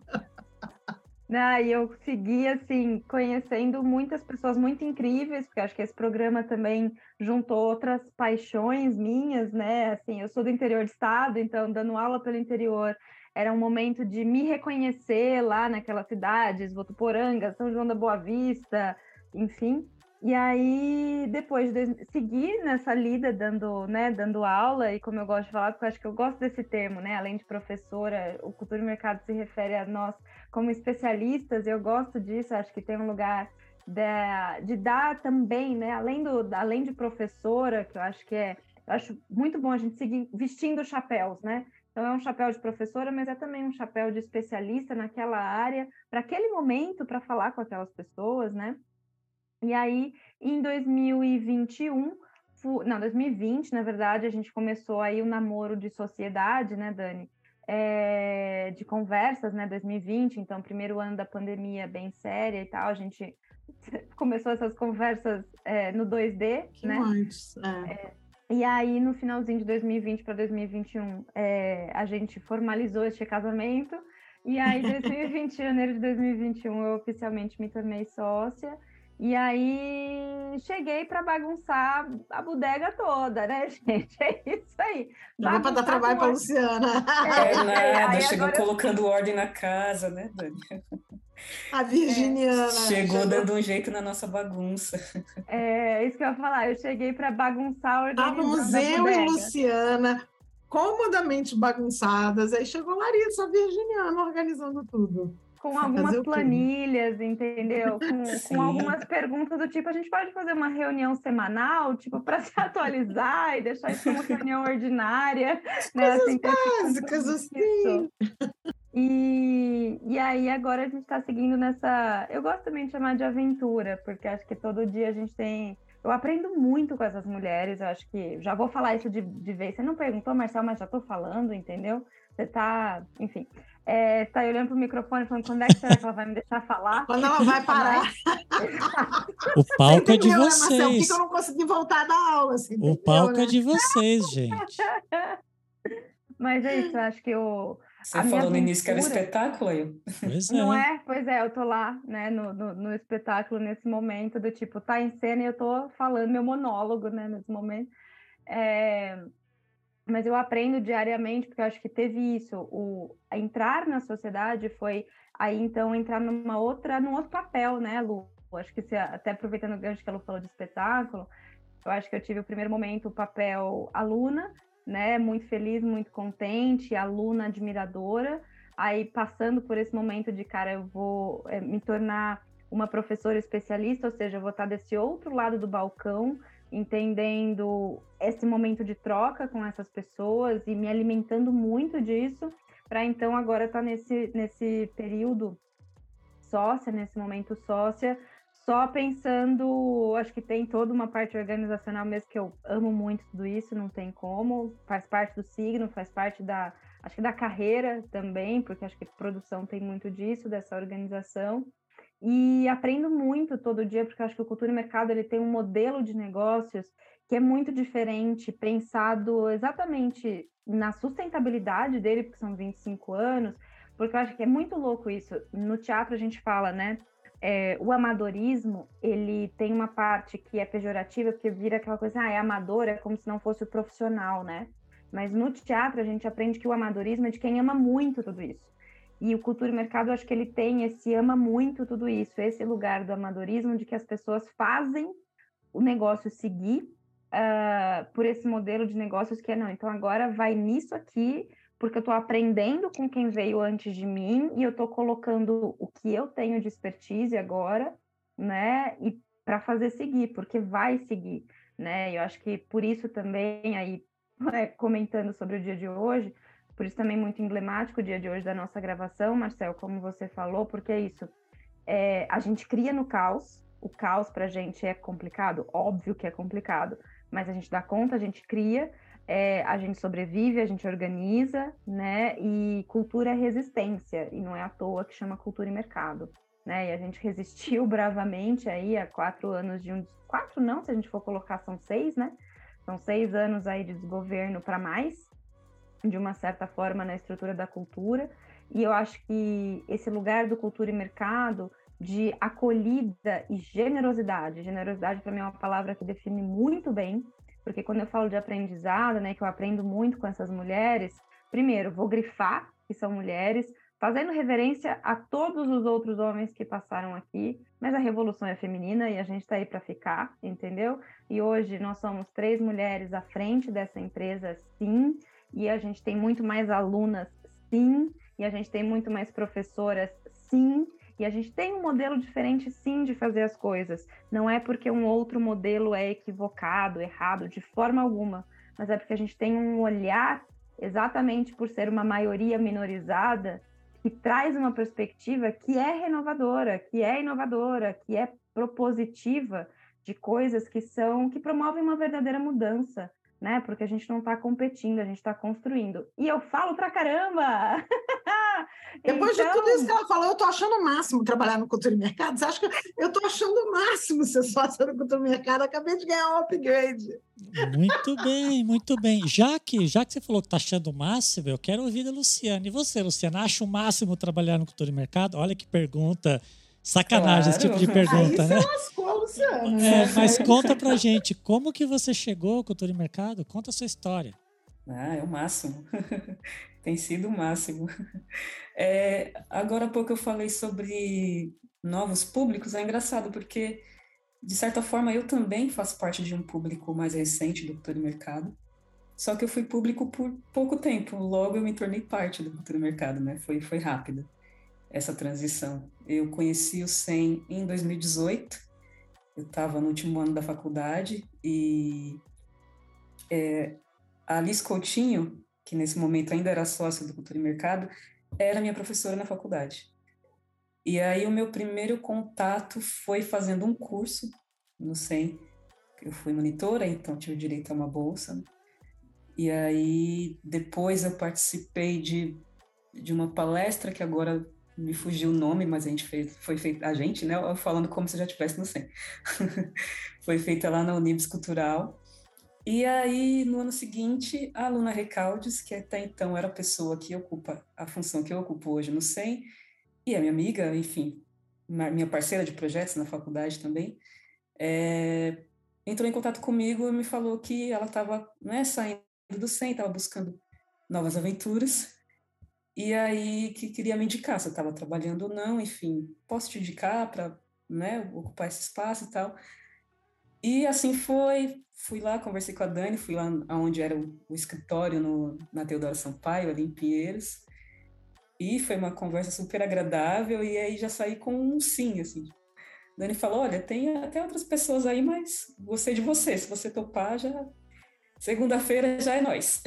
Ah, e eu segui, assim, conhecendo muitas pessoas muito incríveis, porque acho que esse programa também juntou outras paixões minhas, né? Assim, eu sou do interior do estado, então, dando aula pelo interior, era um momento de me reconhecer lá naquelas cidades, Votuporanga, São João da Boa Vista, enfim. E aí, depois de seguir nessa lida, dando, né, dando aula, e como eu gosto de falar, porque eu acho que eu gosto desse termo, né? Além de professora, o Cultura e Mercado se refere a nós como especialistas, eu gosto disso, acho que tem um lugar de, de dar também, né? Além, do, além de professora, que eu acho que é, eu acho muito bom a gente seguir vestindo chapéus, né? Então é um chapéu de professora, mas é também um chapéu de especialista naquela área, para aquele momento, para falar com aquelas pessoas, né? E aí, em dois mil e vinte e um, não, dois mil e vinte, na verdade, a gente começou aí o namoro de sociedade, né, Dani? É, de conversas, né, dois mil e vinte, então, primeiro ano da pandemia bem séria e tal, a gente começou essas conversas é, no dois D, que né? Antes, é. É, e aí, no finalzinho de dois mil e vinte para dois mil e vinte e um, é, a gente formalizou este casamento, e aí, dois mil e vinte, janeiro de dois mil e vinte e um, eu oficialmente me tornei sócia. E aí, cheguei para bagunçar a bodega toda, né, gente? É isso aí. Dá para dar trabalho para a Luciana. É nada, aí chegou agora... colocando ordem na casa, né, Dani? A Virginiana. É, chegou, chegou dando um jeito na nossa bagunça. É isso que eu ia falar, eu cheguei para bagunçar, organizando Estávamos a eu bodega. e Luciana comodamente bagunçadas, aí chegou Larissa, a Virginiana, organizando tudo. Com algumas planilhas, entendeu? Com, com algumas perguntas do tipo, a gente pode fazer uma reunião semanal, tipo, para se atualizar e deixar isso como reunião ordinária. Né? Coisas assim, básicas, assim. E, e aí agora a gente está seguindo nessa... Eu gosto também de chamar de aventura, porque acho que todo dia a gente tem... Eu aprendo muito com essas mulheres, eu acho que... Já vou falar isso de, de vez. Você não perguntou, Marcel, mas já estou falando, entendeu? Você está... Enfim... É, tá olhando pro microfone falando quando é que será que ela vai me deixar falar? Quando ela vai parar. O palco é de entendeu, vocês. Né, Marcel? Por que eu não consegui voltar da aula? Assim, o entendeu, palco né? é de vocês, gente. Mas é isso, eu acho que o... Você falou aventura... no início que era espetáculo, eu. Pois é. Não é? Pois é, eu tô lá, né, no, no, no espetáculo nesse momento do tipo, tá em cena e eu tô falando meu monólogo, né, nesse momento. É... Mas eu aprendo diariamente, porque eu acho que teve isso, o entrar na sociedade foi aí, então, entrar numa outra, num outro papel, né, Lu? Eu acho que, se, até aproveitando o gancho que a Lu falou de espetáculo, eu acho que eu tive o primeiro momento o papel aluna, né, muito feliz, muito contente, aluna admiradora, aí passando por esse momento de, cara, eu vou é, me tornar uma professora especialista, ou seja, eu vou estar desse outro lado do balcão, entendendo esse momento de troca com essas pessoas e me alimentando muito disso, para então agora estar nesse, nesse período sócia, nesse momento sócia, só pensando, acho que tem toda uma parte organizacional mesmo, que eu amo muito tudo isso, não tem como, faz parte do signo, faz parte da, acho que da carreira também, porque acho que produção tem muito disso, dessa organização. E aprendo muito todo dia, porque eu acho que o Cultura e Mercado ele tem um modelo de negócios que é muito diferente, pensado exatamente na sustentabilidade dele, porque são vinte e cinco anos, porque eu acho que é muito louco isso. No teatro a gente fala, né, é, o amadorismo, ele tem uma parte que é pejorativa, porque vira aquela coisa, ah, é amador, é como se não fosse o profissional, né? Mas no teatro a gente aprende que o amadorismo é de quem ama muito tudo isso. E o Cultura e Mercado, eu acho que ele tem esse ama muito tudo isso, esse lugar do amadorismo, de que as pessoas fazem o negócio seguir uh, por esse modelo de negócios que é, não, então agora vai nisso aqui, porque eu estou aprendendo com quem veio antes de mim e eu estou colocando o que eu tenho de expertise agora, né, e para fazer seguir, porque vai seguir, né, eu acho que por isso também, aí, né, comentando sobre o dia de hoje, por isso também muito emblemático o dia de hoje da nossa gravação, Marcel, como você falou, porque é isso, é, a gente cria no caos, o caos para a gente é complicado, óbvio que é complicado, mas a gente dá conta, a gente cria, é, a gente sobrevive, a gente organiza, né? E cultura é resistência, e não é à toa que chama Cultura e Mercado, né? E a gente resistiu bravamente aí há quatro anos de um... Quatro não, se a gente for colocar, são seis, né? São seis anos aí de desgoverno para mais, de uma certa forma, na estrutura da cultura. E eu acho que esse lugar do Cultura e Mercado, de acolhida e generosidade, generosidade para mim é uma palavra que define muito bem, porque quando eu falo de aprendizado, né, que eu aprendo muito com essas mulheres, primeiro, vou grifar que são mulheres, fazendo reverência a todos os outros homens que passaram aqui, mas a revolução é feminina e a gente está aí para ficar, entendeu? E hoje nós somos três mulheres à frente dessa empresa, sim, e a gente tem muito mais alunas, sim, e a gente tem muito mais professoras, sim, e a gente tem um modelo diferente, sim, de fazer as coisas. Não é porque um outro modelo é equivocado, errado, de forma alguma, mas é porque a gente tem um olhar, exatamente por ser uma maioria minorizada, que traz uma perspectiva que é renovadora, que é inovadora, que é propositiva de coisas que são, que promovem uma verdadeira mudança, né? Porque a gente não está competindo, a gente está construindo. E eu falo pra caramba! Depois então... de tudo isso que ela falou, eu estou achando o máximo trabalhar no Cultura e Mercado. Você acha que eu estou achando o máximo ser sócia no Cultura e Mercado? Acabei de ganhar um upgrade. Muito bem, muito bem. Já que, já que você falou que está achando o máximo, eu quero ouvir da Luciana. E você, Luciana, acha o máximo trabalhar no Cultura e Mercado? Olha que pergunta. Sacanagem, claro. Esse tipo de pergunta, aí né? Aí você lascou, Luciana. É, mas conta pra gente, como que você chegou ao Cultura e Mercado? Conta a sua história. Ah, é o máximo. Tem sido o máximo. É, agora há pouco eu falei sobre novos públicos. É engraçado porque, de certa forma, eu também faço parte de um público mais recente do Cultura e Mercado. Só que eu fui público por pouco tempo. Logo eu me tornei parte do Cultura e Mercado, né? Foi, foi rápida essa transição. Eu conheci o S E M em dois mil e dezoito. Eu estava no último ano da faculdade e é, a Alice Coutinho, que nesse momento ainda era sócia do Cultura e Mercado, era minha professora na faculdade. E aí o meu primeiro contato foi fazendo um curso no S E M. Eu fui monitora, então tive direito a uma bolsa. E aí depois eu participei de, de uma palestra que agora me fugiu o nome, mas a gente fez, foi feita, a gente, né, eu falando como se eu já estivesse no S E M. Foi feita lá na Unibis Cultural. E aí, no ano seguinte, a Luna Recaldes, que até então era a pessoa que ocupa a função que eu ocupo hoje no S E M, e a minha amiga, enfim, minha parceira de projetos na faculdade também, é, entrou em contato comigo e me falou que ela estava, né, saindo do S E M, estava buscando novas aventuras, e aí que queria me indicar se eu estava trabalhando ou não, enfim, posso te indicar para, né, ocupar esse espaço e tal. E assim foi, fui lá, conversei com a Dani, fui lá onde era o, o escritório no, na Teodoro Sampaio, ali em Pinheiros, e foi uma conversa super agradável, e aí já saí com um sim, assim. A Dani falou, olha, tem até outras pessoas aí, mas gostei de você, se você topar, já... segunda-feira já é nós.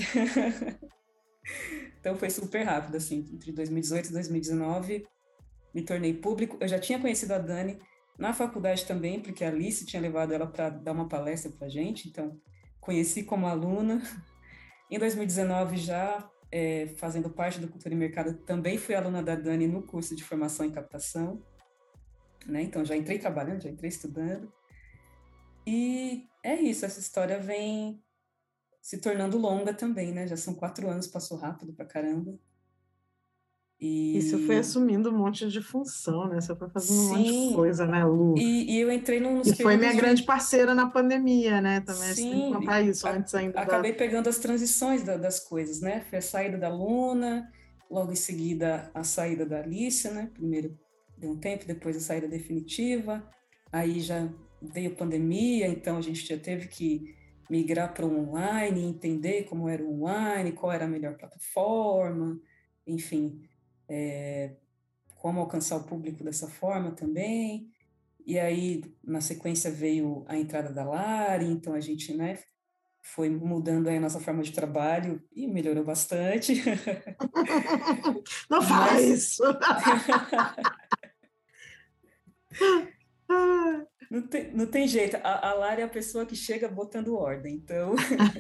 Então foi super rápido, assim, entre dois mil e dezoito e dois mil e dezenove, me tornei público. Eu já tinha conhecido a Dani na faculdade também, porque a Alice tinha levado ela para dar uma palestra para a gente, então conheci como aluna. Em dois mil e dezenove, já é, fazendo parte do Cultura e Mercado, também fui aluna da Dani no curso de formação em captação, né? Então já entrei trabalhando, já entrei estudando. E é isso, essa história vem se tornando longa também, né? Já são quatro anos, passou rápido pra caramba. E você foi assumindo um monte de função, né? Você foi fazendo Sim. um monte de coisa, né, Lu? E, e eu entrei nos E foi minha de... grande parceira na pandemia, né? Também Sim, você tem que contar isso a, antes ainda. Acabei da... pegando as transições da, das coisas, né? Foi a saída da Luna, logo em seguida a saída da Alicia, né? Primeiro deu um tempo, depois a saída definitiva. Aí já veio pandemia, então a gente já teve que migrar para o online, entender como era o online, qual era a melhor plataforma, enfim, é, como alcançar o público dessa forma também. E aí, na sequência, veio a entrada da Lari, então a gente, né, foi mudando aí a nossa forma de trabalho e melhorou bastante. Não fala Mas... isso! Não tem, não tem jeito, a, a Lara é a pessoa que chega botando ordem, então...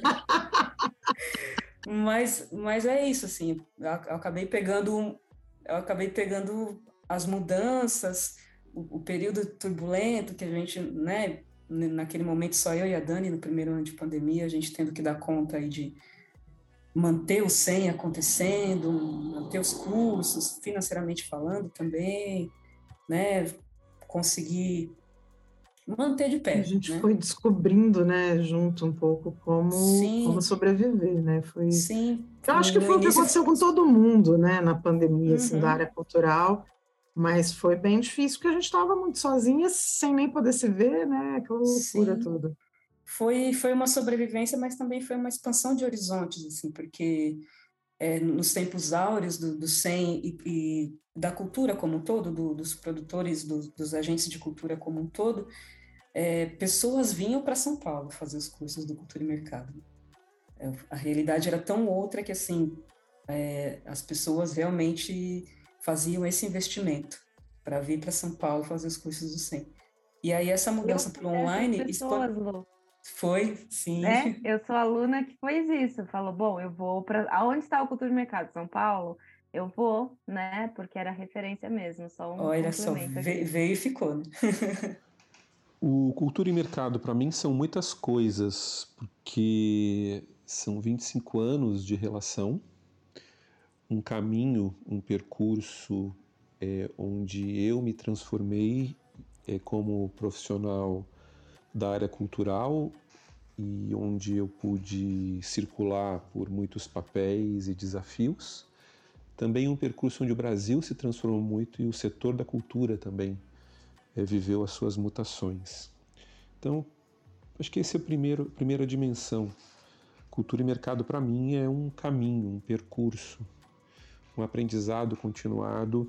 mas, mas é isso, assim, eu, eu acabei pegando, eu acabei pegando as mudanças, o, o período turbulento que a gente, né, naquele momento só eu e a Dani, no primeiro ano de pandemia, a gente tendo que dar conta aí de manter o S E M acontecendo, manter os cursos, financeiramente falando também, né, conseguir manter de pé. A gente né? foi descobrindo, né, junto um pouco como, como sobreviver, né? Foi... Sim. Eu acho que foi o que aconteceu com todo mundo, né, na pandemia, uhum. assim, da área cultural, mas foi bem difícil, porque a gente estava muito sozinha, sem nem poder se ver, né, aquela loucura toda. Foi, foi uma sobrevivência, mas também foi uma expansão de horizontes, assim, porque é, nos tempos áureos do, do S E M e, e da cultura como um todo, do, dos produtores, do, dos agentes de cultura como um todo, é, pessoas vinham para São Paulo fazer os cursos do Cultura e Mercado. É, a realidade era tão outra que, assim, é, as pessoas realmente faziam esse investimento para vir para São Paulo fazer os cursos do S E M. E aí essa mudança para o online... Pessoas, Lu. Foi, sim. É, eu sou aluna que fez isso, falou, bom, eu vou para... Aonde está o Cultura e Mercado? São Paulo? Eu vou, né, porque era referência mesmo, só um Olha só, veio, veio e ficou, né? O Cultura e Mercado, para mim, são muitas coisas, porque são vinte e cinco anos de relação, um caminho, um percurso é, onde eu me transformei é, como profissional da área cultural e onde eu pude circular por muitos papéis e desafios. Também um percurso onde o Brasil se transformou muito e o setor da cultura também é, viveu as suas mutações. Então, acho que essa é a primeira, primeira dimensão. Cultura e mercado, para mim, é um caminho, um percurso, um aprendizado continuado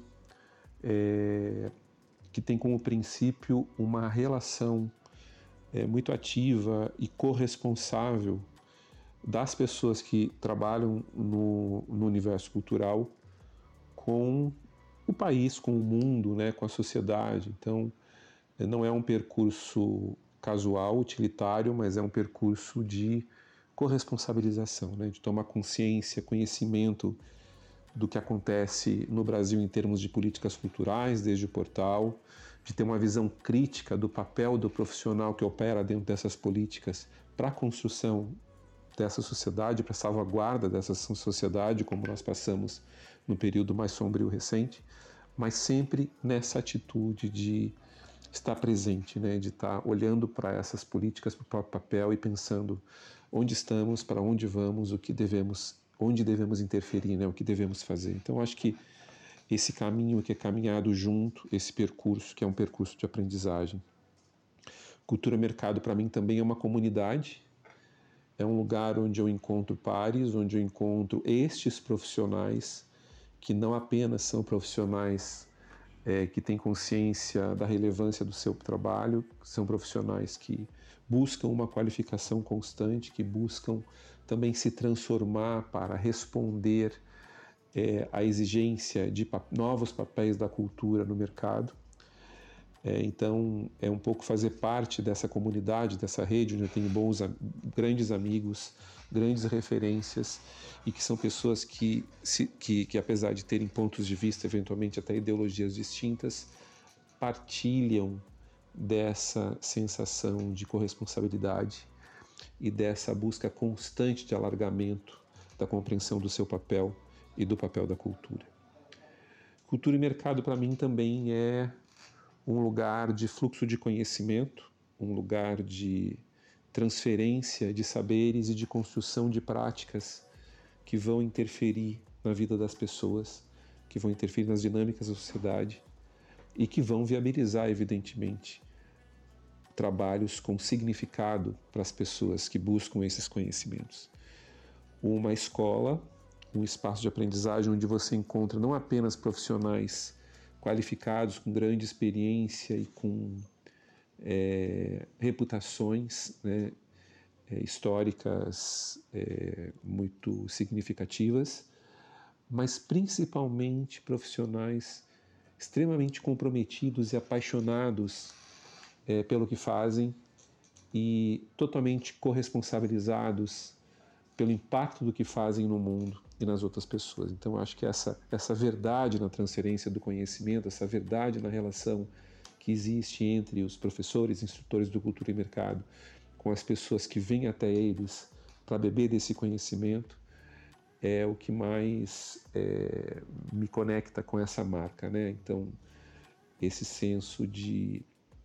é, que tem como princípio uma relação é, muito ativa e corresponsável das pessoas que trabalham no, no universo cultural com o país, com o mundo, né, com a sociedade. Então, não é um percurso casual, utilitário, mas é um percurso de corresponsabilização, né, de tomar consciência, conhecimento do que acontece no Brasil em termos de políticas culturais, desde o portal, de ter uma visão crítica do papel do profissional que opera dentro dessas políticas para a construção dessa sociedade, para a salvaguarda dessa sociedade, como nós passamos no período mais sombrio recente, mas sempre nessa atitude de estar presente, né, de estar olhando para essas políticas, para o próprio papel e pensando onde estamos, para onde vamos, o que devemos, onde devemos interferir, né, o que devemos fazer. Então, acho que esse caminho que é caminhado junto, esse percurso que é um percurso de aprendizagem. Cultura Mercado, para mim, também é uma comunidade, é um lugar onde eu encontro pares, onde eu encontro estes profissionais que não apenas são profissionais é, que têm consciência da relevância do seu trabalho, são profissionais que buscam uma qualificação constante, que buscam também se transformar para responder é, à exigência de pa- novos papéis da cultura no mercado. É, então, é um pouco fazer parte dessa comunidade, dessa rede, onde eu tenho bons, grandes amigos, grandes referências, e que são pessoas que, se, que, que, apesar de terem pontos de vista, eventualmente até ideologias distintas, partilham dessa sensação de corresponsabilidade e dessa busca constante de alargamento da compreensão do seu papel e do papel da cultura. Cultura e mercado, para mim, também é um lugar de fluxo de conhecimento, um lugar de transferência de saberes e de construção de práticas que vão interferir na vida das pessoas, que vão interferir nas dinâmicas da sociedade e que vão viabilizar, evidentemente, trabalhos com significado para as pessoas que buscam esses conhecimentos. Uma escola, um espaço de aprendizagem onde você encontra não apenas profissionais qualificados, com grande experiência e com é, reputações, né, é, históricas é, muito significativas, mas principalmente profissionais extremamente comprometidos e apaixonados é, pelo que fazem e totalmente corresponsabilizados pelo impacto do que fazem no mundo e nas outras pessoas. Então, acho que essa, essa verdade na transferência do conhecimento, essa verdade na relação que existe entre os professores, instrutores do Cultura e Mercado, com as pessoas que vêm até eles para beber desse conhecimento, é o que mais é, me conecta com essa marca, né? Então, esse senso de,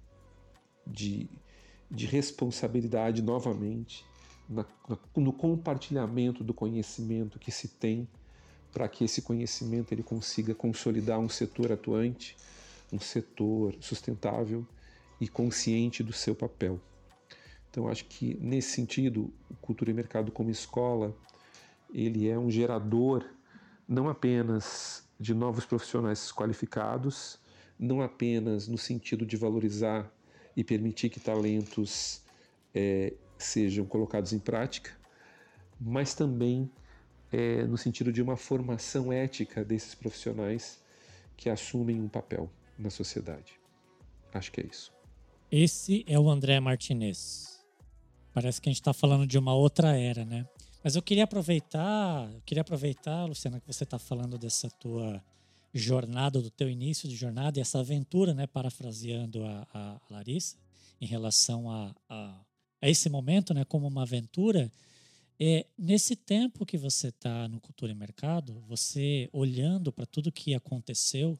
de, de responsabilidade novamente, na, na, no compartilhamento do conhecimento que se tem, para que esse conhecimento ele consiga consolidar um setor atuante, um setor sustentável e consciente do seu papel. Então, acho que, nesse sentido, o Cultura e Mercado como escola, ele é um gerador não apenas de novos profissionais qualificados, não apenas no sentido de valorizar e permitir que talentos é, sejam colocados em prática, mas também é, no sentido de uma formação ética desses profissionais que assumem um papel na sociedade. Acho que é isso. Esse é o André Martinez. Parece que a gente está falando de uma outra era, né? Mas eu queria aproveitar, eu queria aproveitar, Luciana, que você está falando dessa tua jornada, do teu início de jornada e essa aventura, né? Parafraseando a, a Larissa, em relação a, a, a esse momento, né? Como uma aventura. É, nesse tempo que você está no Cultura e Mercado, você olhando para tudo que aconteceu,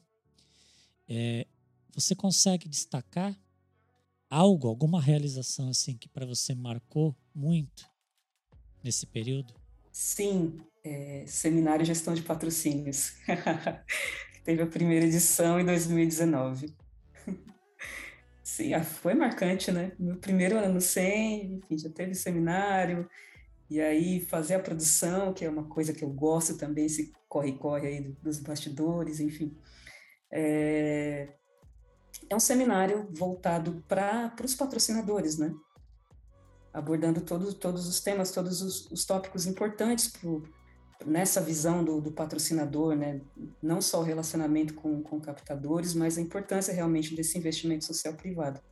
é, você consegue destacar algo, alguma realização assim que para você marcou muito nesse período? Sim, é, Seminário Gestão de Patrocínios. Teve a primeira edição em dois mil e dezenove. Sim, foi marcante, né? Meu primeiro ano no S E M, enfim, já teve seminário, e aí fazer a produção, que é uma coisa que eu gosto também, esse corre-corre aí dos bastidores, enfim. É, é um seminário voltado para os patrocinadores, né? Abordando todo, todos os temas, todos os, os tópicos importantes pro, nessa visão do, do patrocinador, né? Não só o relacionamento com, com captadores, mas a importância realmente desse investimento social privado.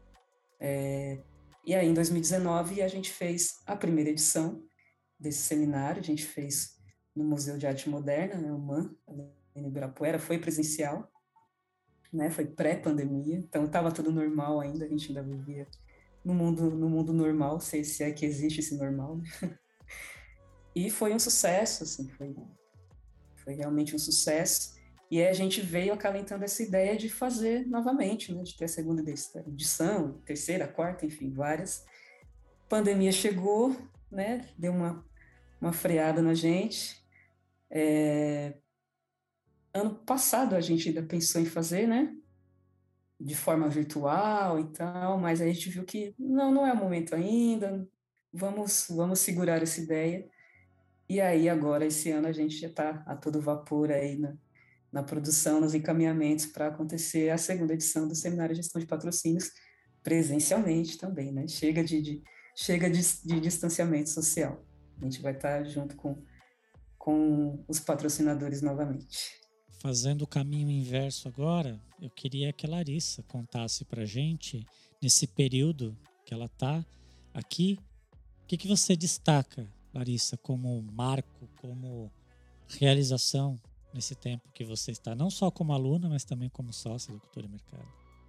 É, e aí, em dois mil e dezenove, a gente fez a primeira edição desse seminário, a gente fez no Museu de Arte Moderna, né, o M A N, em Ibirapuera, foi presencial, né? Foi pré-pandemia, então estava tudo normal ainda, a gente ainda vivia no mundo, no mundo normal, se, se é que existe esse normal, né? E foi um sucesso, assim, foi, foi realmente um sucesso, e aí a gente veio acalentando essa ideia de fazer novamente, né, de ter a segunda edição, terceira, quarta, enfim, várias. Pandemia chegou, né, deu uma, uma freada na gente. É... Ano passado a gente ainda pensou em fazer, né, de forma virtual e tal, mas a gente viu que não, não é o momento ainda, vamos, vamos segurar essa ideia. E aí agora, esse ano, a gente já está a todo vapor aí na, na produção, nos encaminhamentos para acontecer a segunda edição do Seminário de Gestão de Patrocínios, presencialmente também, né? Chega de, de, chega de, de distanciamento social. A gente vai estar tá junto com, com os patrocinadores novamente. Fazendo o caminho inverso agora, eu queria que a Larissa contasse para a gente, nesse período que ela está aqui, o que, que você destaca, Larissa, como marco, como realização nesse tempo que você está, não só como aluna, mas também como sócia do Cultura e Mercado?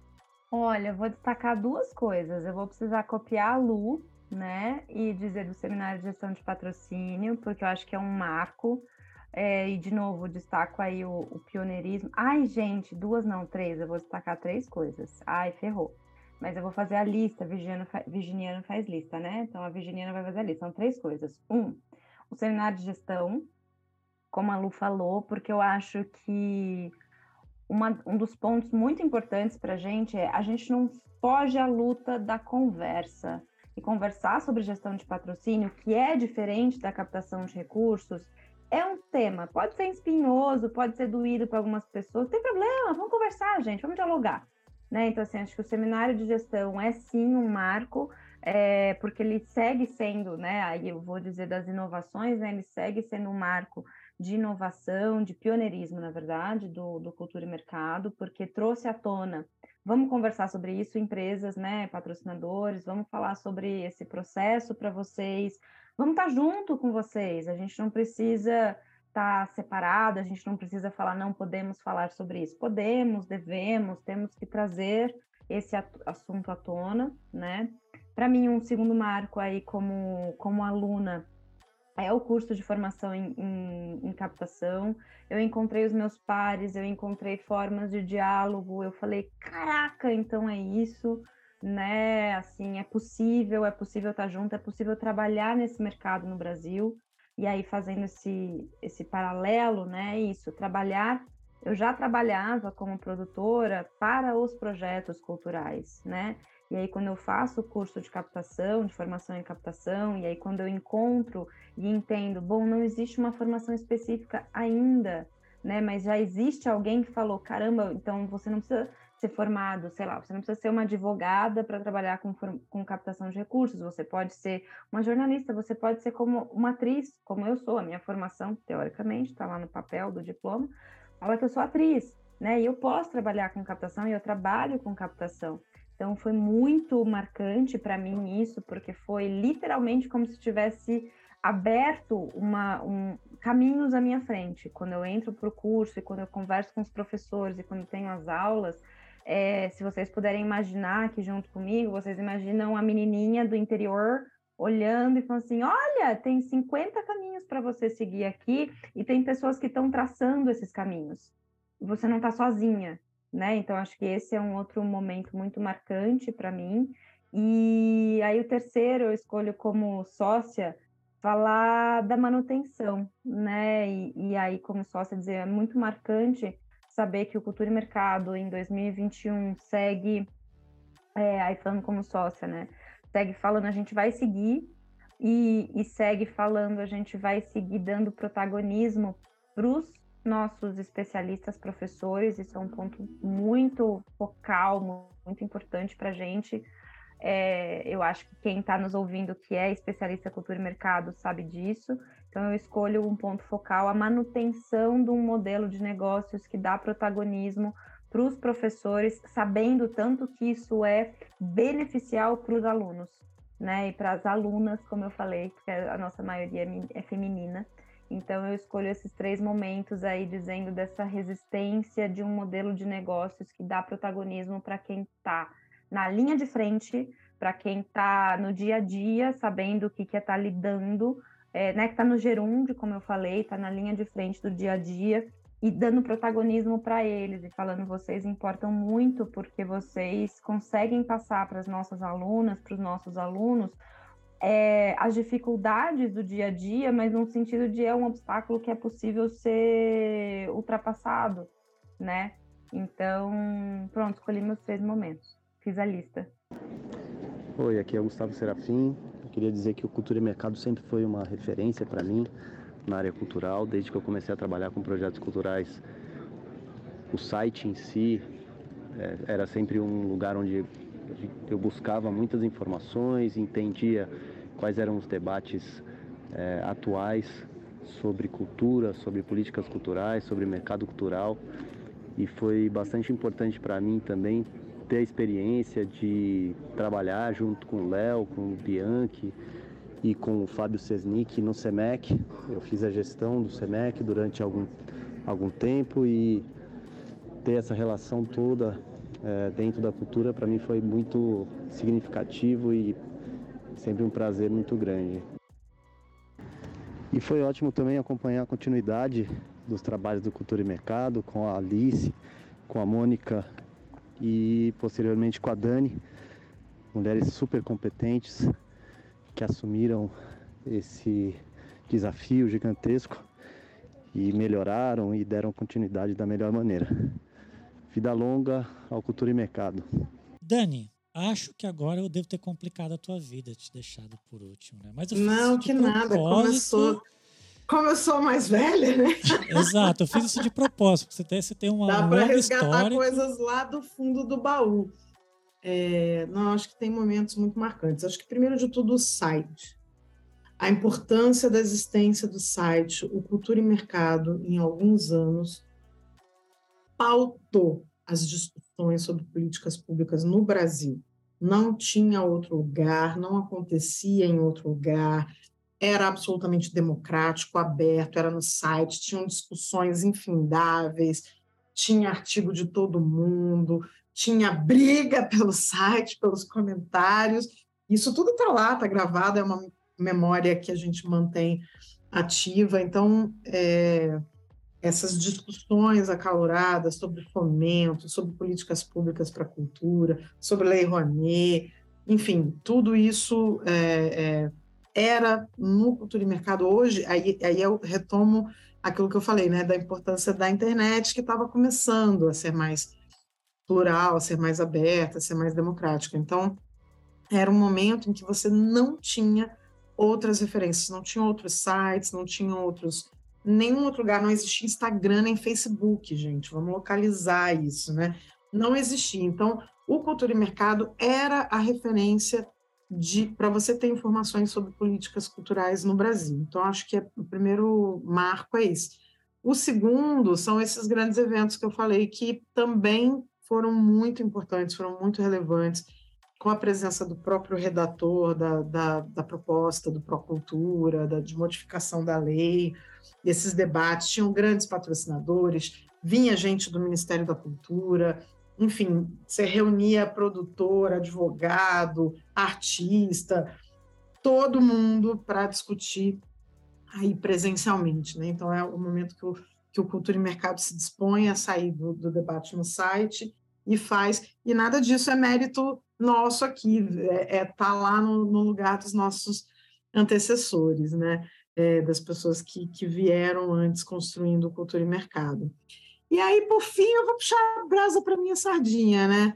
Olha, eu vou destacar duas coisas. Eu vou precisar copiar a Lu, né, e dizer do Seminário de Gestão de Patrocínio, porque eu acho que é um marco. É, e, de novo, destaco aí o, o pioneirismo. Ai, gente, duas não, três. Eu vou destacar três coisas. Ai, ferrou. Mas eu vou fazer a lista. Virginiano, fa... Virginiano faz lista, né? Então, a Virginiana vai fazer a lista. São três coisas. Um, o Seminário de Gestão, como a Lu falou, porque eu acho que uma, um dos pontos muito importantes para a gente é a gente não foge à luta da conversa. E conversar sobre gestão de patrocínio, que é diferente da captação de recursos, é um tema, pode ser espinhoso, pode ser doído para algumas pessoas, não tem problema, vamos conversar, gente, vamos dialogar, né? Então, assim, acho que o Seminário de Gestão é sim um marco, é, porque ele segue sendo, né, aí eu vou dizer das inovações, né, ele segue sendo um marco de inovação, de pioneirismo, na verdade, do, do Cultura e Mercado, porque trouxe à tona, vamos conversar sobre isso, empresas, né, patrocinadores, vamos falar sobre esse processo para vocês, vamos estar junto com vocês, a gente não precisa estar separado, a gente não precisa falar, não podemos falar sobre isso. Podemos, devemos, temos que trazer esse assunto à tona, né? Para mim, um segundo marco aí como, como aluna é o curso de formação em, em, em captação. Eu encontrei os meus pares, eu encontrei formas de diálogo, eu falei, caraca, então é isso, né? Assim, é possível, é possível estar junto, é possível trabalhar nesse mercado no Brasil. E aí, fazendo esse, esse paralelo, né? Isso, trabalhar. Eu já trabalhava como produtora para os projetos culturais, né? E aí, quando eu faço o curso de captação, de formação em captação, e aí, quando eu encontro e entendo, bom, não existe uma formação específica ainda, né? Mas já existe alguém que falou, caramba, então você não precisa ser formado, sei lá, você não precisa ser uma advogada para trabalhar com, com captação de recursos, você pode ser uma jornalista, você pode ser como uma atriz, como eu sou, a minha formação, teoricamente, está lá no papel do diploma, fala que eu sou atriz, né, e eu posso trabalhar com captação, e eu trabalho com captação, então foi muito marcante para mim isso, porque foi literalmente como se tivesse aberto uma, um, caminhos à minha frente, quando eu entro para o curso, e quando eu converso com os professores, e quando tenho as aulas. É, se vocês puderem imaginar aqui junto comigo, vocês imaginam a menininha do interior olhando e falando assim, olha, tem cinquenta caminhos para você seguir aqui e tem pessoas que estão traçando esses caminhos. Você não está sozinha, né? Então, acho que esse é um outro momento muito marcante para mim. E aí o terceiro eu escolho como sócia falar da manutenção, né? E, e aí, como sócia, dizer, é muito marcante saber que o Cultura e Mercado em dois mil e vinte e um segue, é, aí falando como sócia, né? Segue falando, a gente vai seguir e, e segue falando, a gente vai seguir dando protagonismo para os nossos especialistas, professores, isso é um ponto muito focal, muito importante para a gente. É, eu acho que quem está nos ouvindo que é especialista em Cultura e Mercado sabe disso. Então, eu escolho um ponto focal, a manutenção de um modelo de negócios que dá protagonismo para os professores, sabendo tanto que isso é beneficial para os alunos, né? E para as alunas, como eu falei, porque a nossa maioria é feminina. Então, eu escolho esses três momentos aí, dizendo dessa resistência de um modelo de negócios que dá protagonismo para quem está na linha de frente, para quem está no dia a dia, sabendo o que, que é estar tá lidando, é, né, que está no gerúndio, como eu falei, está na linha de frente do dia a dia, e dando protagonismo para eles, e falando, vocês importam muito, porque vocês conseguem passar para as nossas alunas, para os nossos alunos, é, as dificuldades do dia a dia, mas no sentido de é um obstáculo que é possível ser ultrapassado, né? Então, pronto, escolhi meus três momentos. Fiz a lista. Oi, aqui é o Gustavo Serafim. Eu queria dizer que o Cultura e Mercado sempre foi uma referência para mim na área cultural, desde que eu comecei a trabalhar com projetos culturais. O site em si é, era sempre um lugar onde eu buscava muitas informações, entendia quais eram os debates é, atuais sobre cultura, sobre políticas culturais, sobre mercado cultural, e foi bastante importante para mim também ter a experiência de trabalhar junto com o Léo, com o Bianchi e com o Fábio Sesnick no SEMEC. Eu fiz a gestão do SEMEC durante algum, algum tempo e ter essa relação toda é, dentro da cultura, para mim foi muito significativo e sempre um prazer muito grande. E foi ótimo também acompanhar a continuidade dos trabalhos do Cultura e Mercado com a Alice, com a Mônica e posteriormente com a Dani, mulheres super competentes que assumiram esse desafio gigantesco e melhoraram e deram continuidade da melhor maneira. Vida longa ao Cultura e Mercado. Dani, acho que agora eu devo ter complicado a tua vida, te deixado por último, né? Mas eu fiz Não, isso de que nada, começou... Como eu sou mais velha, né? Exato, eu fiz isso de propósito, porque você tem, você tem uma Dá para longa resgatar história. coisas lá do fundo do baú. É, não, acho que tem momentos muito marcantes. Acho que, primeiro de tudo, o site. A importância da existência do site, o Cultura e Mercado, em alguns anos, pautou as discussões sobre políticas públicas no Brasil. Não tinha outro lugar, não acontecia em outro lugar, era absolutamente democrático, aberto, era no site, tinham discussões infindáveis, tinha artigo de todo mundo, tinha briga pelo site, pelos comentários. Isso tudo está lá, está gravado, é uma memória que a gente mantém ativa. Então, é, essas discussões acaloradas sobre fomento, sobre políticas públicas para a cultura, sobre Lei Rouanet, enfim, tudo isso é, é, era no Cultura e Mercado hoje. Aí, aí eu retomo aquilo que eu falei, né, da importância da internet, que estava começando a ser mais plural, a ser mais aberta, a ser mais democrática. Então, era um momento em que você não tinha outras referências, não tinha outros sites, não tinha outros... Nenhum outro lugar, não existia Instagram nem Facebook, gente, vamos localizar isso, né? Não existia. Então, o Cultura e Mercado era a referência para você ter informações sobre políticas culturais no Brasil. Então, acho que é, o primeiro marco é esse. O segundo são esses grandes eventos que eu falei, que também foram muito importantes, foram muito relevantes, com a presença do próprio redator da, da, da proposta do Procultura, da, de modificação da lei. Esses debates tinham grandes patrocinadores, vinha gente do Ministério da Cultura, enfim, você reunia produtor, advogado, artista, todo mundo para discutir aí presencialmente, né? Então, é o momento que o, que o Cultura e Mercado se dispõe a sair do, do debate no site e faz, e nada disso é mérito nosso aqui, é, é tá lá no, no lugar dos nossos antecessores, né? É, das pessoas que, que vieram antes construindo o Cultura e Mercado. E aí, por fim, eu vou puxar a brasa para minha sardinha, né?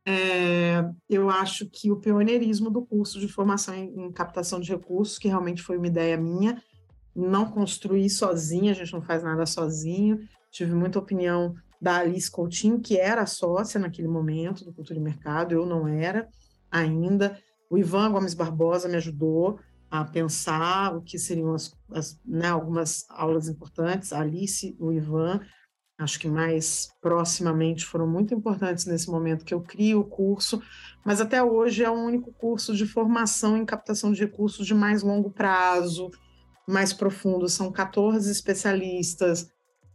É, eu acho que o pioneirismo do curso de formação em, em captação de recursos, que realmente foi uma ideia minha, não construí sozinha, a gente não faz nada sozinho, tive muita opinião da Alice Coutinho, que era sócia naquele momento do Cultura e Mercado, eu não era ainda. O Ivan Gomes Barbosa me ajudou a pensar o que seriam as, as, né, algumas aulas importantes. A Alice, o Ivan, acho que mais proximamente foram muito importantes nesse momento que eu crio o curso, mas até hoje é o único curso de formação em captação de recursos de mais longo prazo, mais profundo. São quatorze especialistas,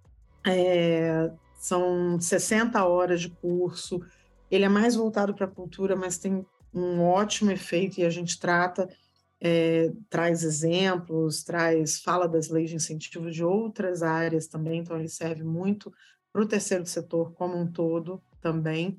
é, são sessenta horas de curso. Ele é mais voltado para a cultura, mas tem um ótimo efeito, e a gente trata, é, traz exemplos, traz, fala das leis de incentivo de outras áreas também, então ele serve muito para o terceiro setor como um todo também.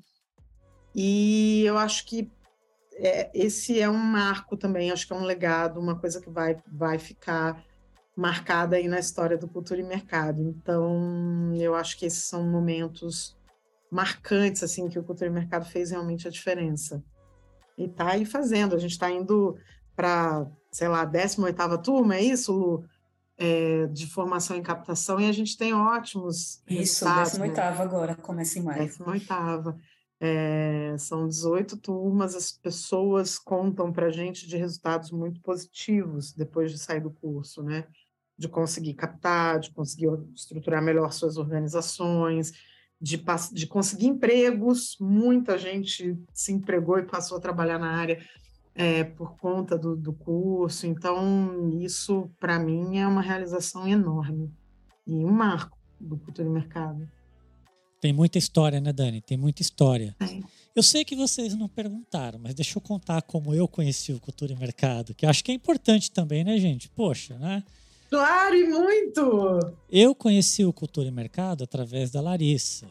E eu acho que é, esse é um marco também, acho que é um legado, uma coisa que vai, vai ficar marcada aí na história do Cultura e Mercado. Então, eu acho que esses são momentos marcantes, assim, que o Cultura e Mercado fez realmente a diferença. E está aí fazendo, a gente está indo para, sei lá, a décima oitava turma, é isso, Lu? É, de formação em captação, e a gente tem ótimos Isso, resultados. décima oitava né? Agora, começa em maio. décima oitava. É, são dezoito turmas, as pessoas contam para a gente de resultados muito positivos depois de sair do curso, né? De conseguir captar, de conseguir estruturar melhor suas organizações, de, de conseguir empregos. Muita gente se empregou e passou a trabalhar na área é, por conta do, do curso. Então, isso, para mim, é uma realização enorme e um marco do Cultura e Mercado. Tem muita história, né, Dani? Tem muita história. É. Eu sei que vocês não perguntaram, mas deixa eu contar como eu conheci o Cultura e Mercado, que eu acho que é importante também, né, gente? Poxa, né? Claro, e muito! Eu conheci o Cultura e Mercado através da Larissa.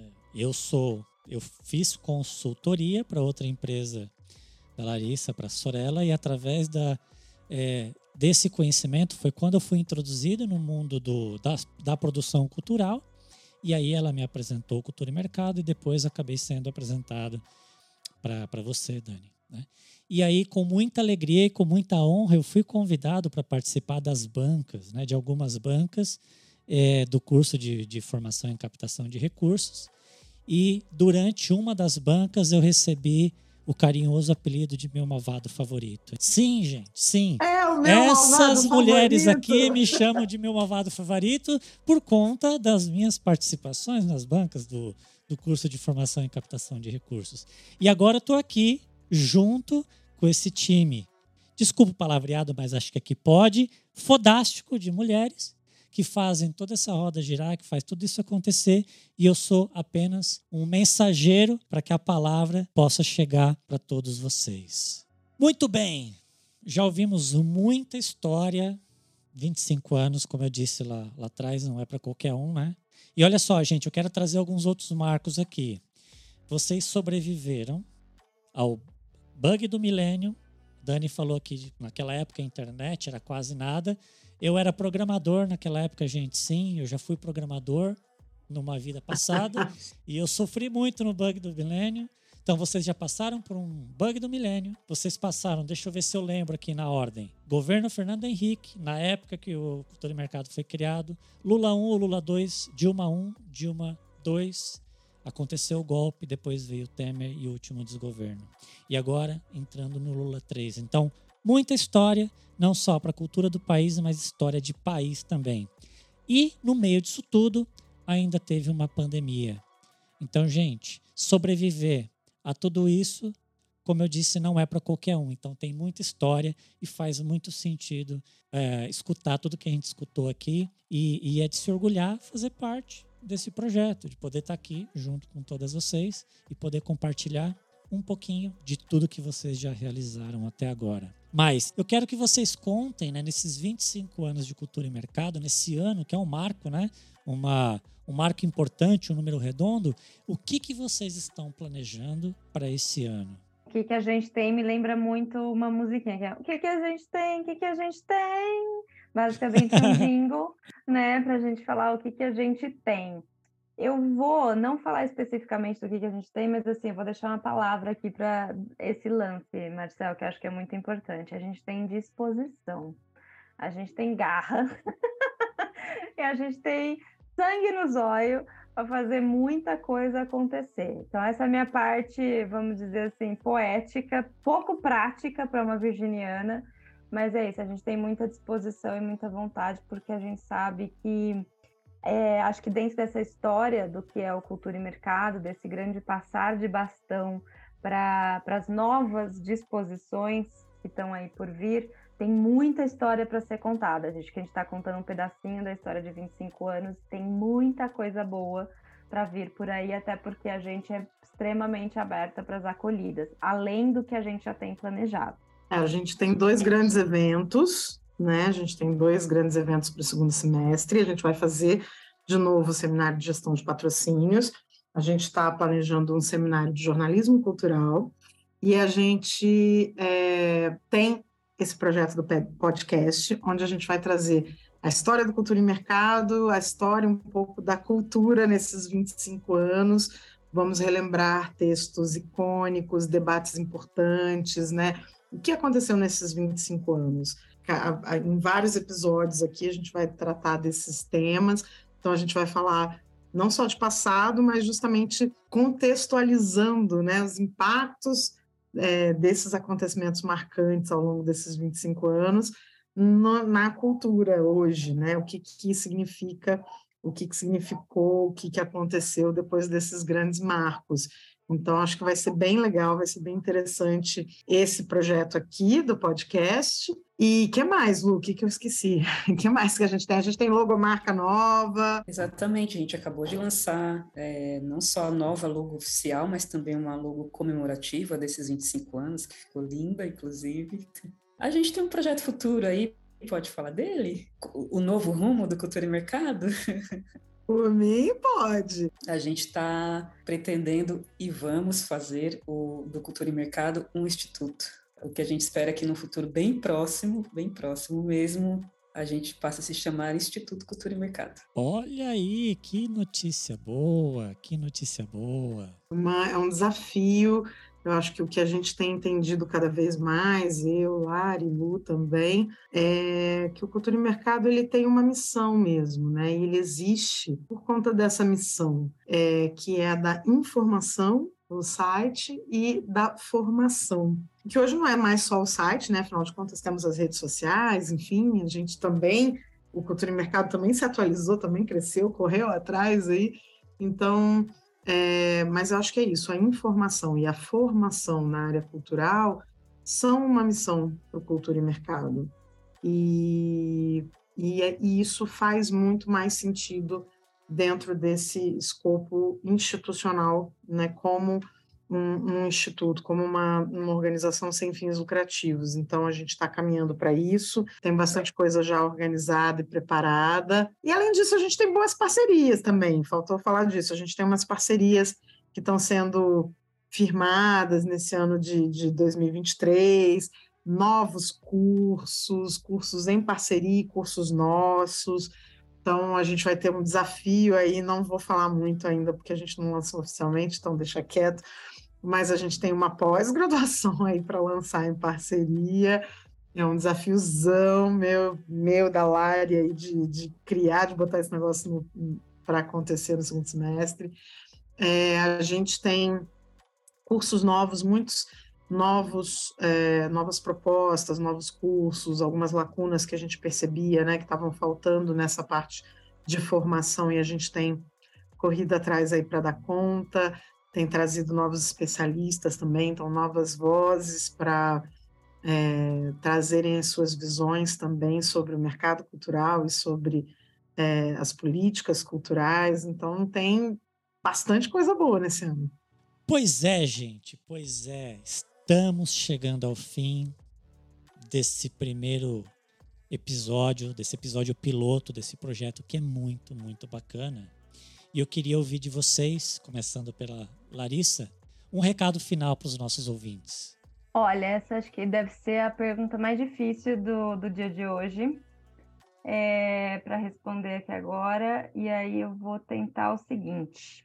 Eu sou, eu fiz consultoria para outra empresa da Larissa, para a Sorella, e através da, é, desse conhecimento foi quando eu fui introduzido no mundo do, da, da produção cultural. E aí ela me apresentou o Cultura e Mercado e depois acabei sendo apresentado para você, Dani, né? E aí, com muita alegria e com muita honra, eu fui convidado para participar das bancas, né, de algumas bancas é, do curso de, de formação em captação de recursos. E durante uma das bancas eu recebi o carinhoso apelido de meu malvado favorito. Sim, gente, sim. É o meu Essas mulheres favorito. aqui me chamam de meu malvado favorito por conta das minhas participações nas bancas do, do curso de formação em captação de recursos. E agora estou aqui junto com esse time. Desculpa o palavreado, mas acho que aqui pode. Fodástico de mulheres que fazem toda essa roda girar, que faz tudo isso acontecer, e eu sou apenas um mensageiro para que a palavra possa chegar para todos vocês. Muito bem, já ouvimos muita história, vinte e cinco anos, como eu disse lá, lá atrás, não é para qualquer um, né? E olha só, gente, eu quero trazer alguns outros marcos aqui. Vocês sobreviveram ao bug do milênio. Dani falou que naquela época a internet era quase nada. Eu era programador naquela época, gente, sim, eu já fui programador numa vida passada e eu sofri muito no bug do milênio. Então vocês já passaram por um bug do milênio, vocês passaram, deixa eu ver se eu lembro aqui na ordem, governo Fernando Henrique, na época que o Cultura e Mercado foi criado, Lula um ou Lula dois, Dilma um, Dilma dois, aconteceu o golpe, depois veio o Temer e o último desgoverno. E agora entrando no Lula três. Então, muita história, não só para a cultura do país, mas história de país também. E, no meio disso tudo, ainda teve uma pandemia. Então, gente, sobreviver a tudo isso, como eu disse, não é para qualquer um. Então, tem muita história e faz muito sentido é, escutar tudo que a gente escutou aqui e, e é de se orgulhar fazer parte desse projeto, de poder estar aqui junto com todas vocês e poder compartilhar um pouquinho de tudo que vocês já realizaram até agora. Mas eu quero que vocês contem, né, nesses vinte e cinco anos de Cultura e Mercado, nesse ano, que é um marco, né, uma, um marco importante, um número redondo, o que, que vocês estão planejando para esse ano? O que, que a gente tem me lembra muito uma musiquinha, que é o que, que a gente tem, o que, que a gente tem? Basicamente um jingle, né, para a gente falar o que, que a gente tem. Eu vou não falar especificamente do que, que a gente tem, mas assim, eu vou deixar uma palavra aqui para esse lance, Marcel, que eu acho que é muito importante. A gente tem disposição, a gente tem garra e a gente tem sangue no zóio para fazer muita coisa acontecer. Então essa é a minha parte, vamos dizer assim, poética, pouco prática para uma virginiana, mas é isso, a gente tem muita disposição e muita vontade, porque a gente sabe que É, acho que dentro dessa história do que é o Cultura e Mercado, desse grande passar de bastão para as novas disposições que estão aí por vir, tem muita história para ser contada. A gente que a gente está contando um pedacinho da história de vinte e cinco anos, tem muita coisa boa para vir por aí, até porque a gente é extremamente aberta para as acolhidas, além do que a gente já tem planejado. É, a gente tem dois grandes eventos, né? A gente tem dois grandes eventos para o segundo semestre. A gente vai fazer de novo o seminário de gestão de patrocínios. A gente está planejando um seminário de jornalismo cultural e a gente é, tem esse projeto do podcast, onde a gente vai trazer a história do Cultura e Mercado, a história um pouco da cultura nesses vinte e cinco anos. Vamos relembrar textos icônicos, debates importantes, né? O que aconteceu nesses vinte e cinco anos? Em vários episódios aqui a gente vai tratar desses temas, então a gente vai falar não só de passado, mas justamente contextualizando, né, os impactos é, desses acontecimentos marcantes ao longo desses vinte e cinco anos no, na cultura hoje, né, o que, que significa, o que, que significou, o que, que aconteceu depois desses grandes marcos. Então, acho que vai ser bem legal, vai ser bem interessante esse projeto aqui do podcast. E o que mais, Lu? O que, que eu esqueci? O que mais que a gente tem? A gente tem logomarca nova. Exatamente, a gente acabou de lançar é, não só a nova logo oficial, mas também uma logo comemorativa desses vinte e cinco anos, que ficou linda, inclusive. A gente tem um projeto futuro aí, pode falar dele? O novo rumo do Cultura e Mercado? Por mim, pode. A gente está pretendendo e vamos fazer o, do Cultura e Mercado um instituto. O que a gente espera é que no futuro bem próximo, bem próximo mesmo, a gente passe a se chamar Instituto Cultura e Mercado. Olha aí, que notícia boa, que notícia boa. Uma, é um desafio. Eu acho que o que a gente tem entendido cada vez mais, eu, Lari, Lu também, é que o Cultura e Mercado ele tem uma missão mesmo, né? E ele existe por conta dessa missão, é, que é a da informação do site e da formação. Que hoje não é mais só o site, né? Afinal de contas, temos as redes sociais, enfim, a gente também, o Cultura e Mercado também se atualizou, também cresceu, correu atrás aí. Então, é, mas eu acho que é isso, a informação e a formação na área cultural são uma missão para o Cultura e Mercado. E, e, e isso faz muito mais sentido dentro desse escopo institucional, né, como um, um instituto, como uma, uma organização sem fins lucrativos. Então, a gente está caminhando para isso, tem bastante coisa já organizada e preparada. E, além disso, a gente tem boas parcerias também, faltou falar disso. A gente tem umas parcerias que estão sendo firmadas nesse ano de, de dois mil e vinte e três, novos cursos, cursos em parceria, cursos nossos. Então, a gente vai ter um desafio aí, não vou falar muito ainda, porque a gente não lançou oficialmente, então deixa quieto, mas a gente tem uma pós-graduação aí para lançar em parceria, é um desafiozão meu, meu da Lari, aí de, de criar, de botar esse negócio para acontecer no segundo semestre. É, a gente tem cursos novos, muitos novos, é, novas propostas, novos cursos, algumas lacunas que a gente percebia, né, que estavam faltando nessa parte de formação, e a gente tem corrido atrás aí para dar conta, tem trazido novos especialistas também, então novas vozes para é, trazerem as suas visões também sobre o mercado cultural e sobre é, as políticas culturais, então tem bastante coisa boa nesse ano. Pois é, gente, pois é. Estamos chegando ao fim desse primeiro episódio, desse episódio piloto desse projeto que é muito, muito bacana. E eu queria ouvir de vocês, começando pela Larissa, um recado final para os nossos ouvintes. Olha, essa acho que deve ser a pergunta mais difícil do, do dia de hoje, é, para responder aqui agora. E aí eu vou tentar o seguinte.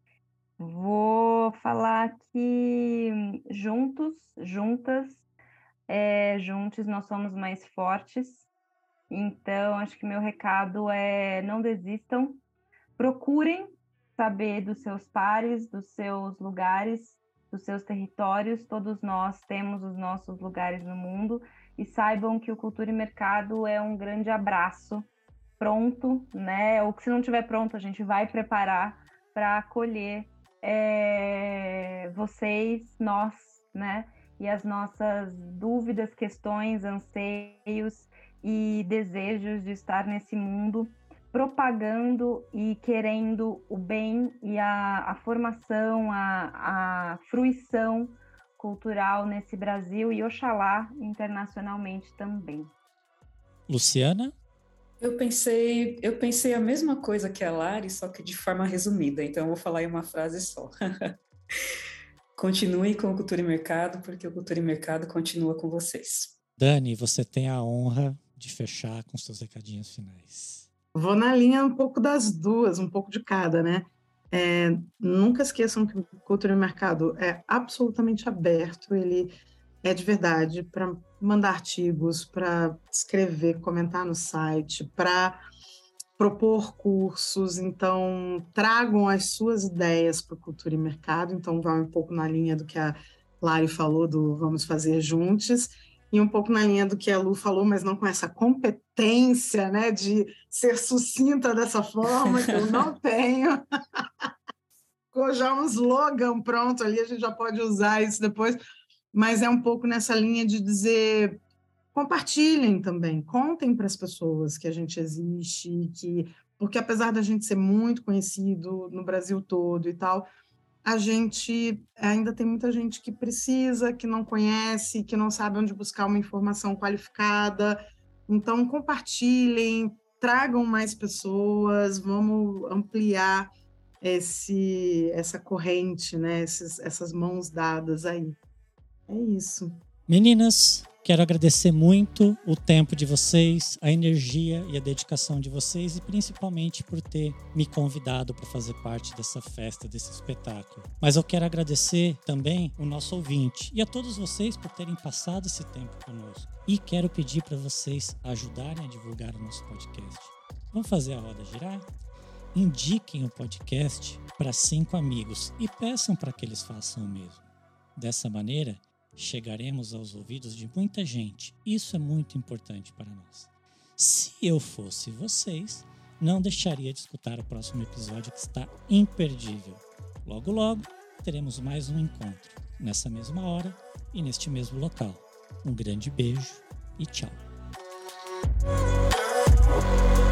Vou falar que juntos, juntas, é, juntos nós somos mais fortes. Então, acho que meu recado é não desistam, procurem saber dos seus pares, dos seus lugares, dos seus territórios. Todos nós temos os nossos lugares no mundo e saibam que o Cultura e Mercado é um grande abraço pronto, né? Ou que se não estiver pronto, a gente vai preparar para acolher É, vocês, nós, né, e as nossas dúvidas, questões, anseios e desejos de estar nesse mundo, propagando e querendo o bem e a, a formação, a, a fruição cultural nesse Brasil e, oxalá, internacionalmente também. Luciana? Eu pensei, eu pensei a mesma coisa que a Lari, só que de forma resumida, então eu vou falar em uma frase só. Continuem com o Cultura e Mercado, porque o Cultura e Mercado continua com vocês. Dani, você tem a honra de fechar com seus recadinhos finais. Vou na linha um pouco das duas, um pouco de cada, né? É, nunca esqueçam que o Cultura e Mercado é absolutamente aberto, ele é de verdade para mandar artigos, para escrever, comentar no site, para propor cursos. Então, tragam as suas ideias para o Cultura e Mercado. Então, vai um pouco na linha do que a Lari falou, do Vamos Fazer Juntos, e um pouco na linha do que a Lu falou, mas não com essa competência, né, de ser sucinta dessa forma, que eu não tenho. Ficou já um slogan pronto ali, a gente já pode usar isso depois. Mas é um pouco nessa linha de dizer, compartilhem também, contem para as pessoas que a gente existe, que, porque apesar da gente ser muito conhecido no Brasil todo e tal, a gente ainda tem muita gente que precisa, que não conhece, que não sabe onde buscar uma informação qualificada. Então, compartilhem, tragam mais pessoas, vamos ampliar esse, essa corrente, né? Esses, essas mãos dadas aí. É isso. Meninas, quero agradecer muito o tempo de vocês, a energia e a dedicação de vocês e principalmente por ter me convidado para fazer parte dessa festa, desse espetáculo. Mas eu quero agradecer também o nosso ouvinte e a todos vocês por terem passado esse tempo conosco. E quero pedir para vocês ajudarem a divulgar o nosso podcast. Vamos fazer a roda girar? Indiquem o podcast para cinco amigos e peçam para que eles façam o mesmo. Dessa maneira, chegaremos aos ouvidos de muita gente. Isso é muito importante para nós. Se eu fosse vocês, não deixaria de escutar o próximo episódio que está imperdível. Logo, logo, teremos mais um encontro, nessa mesma hora e neste mesmo local. Um grande beijo e tchau.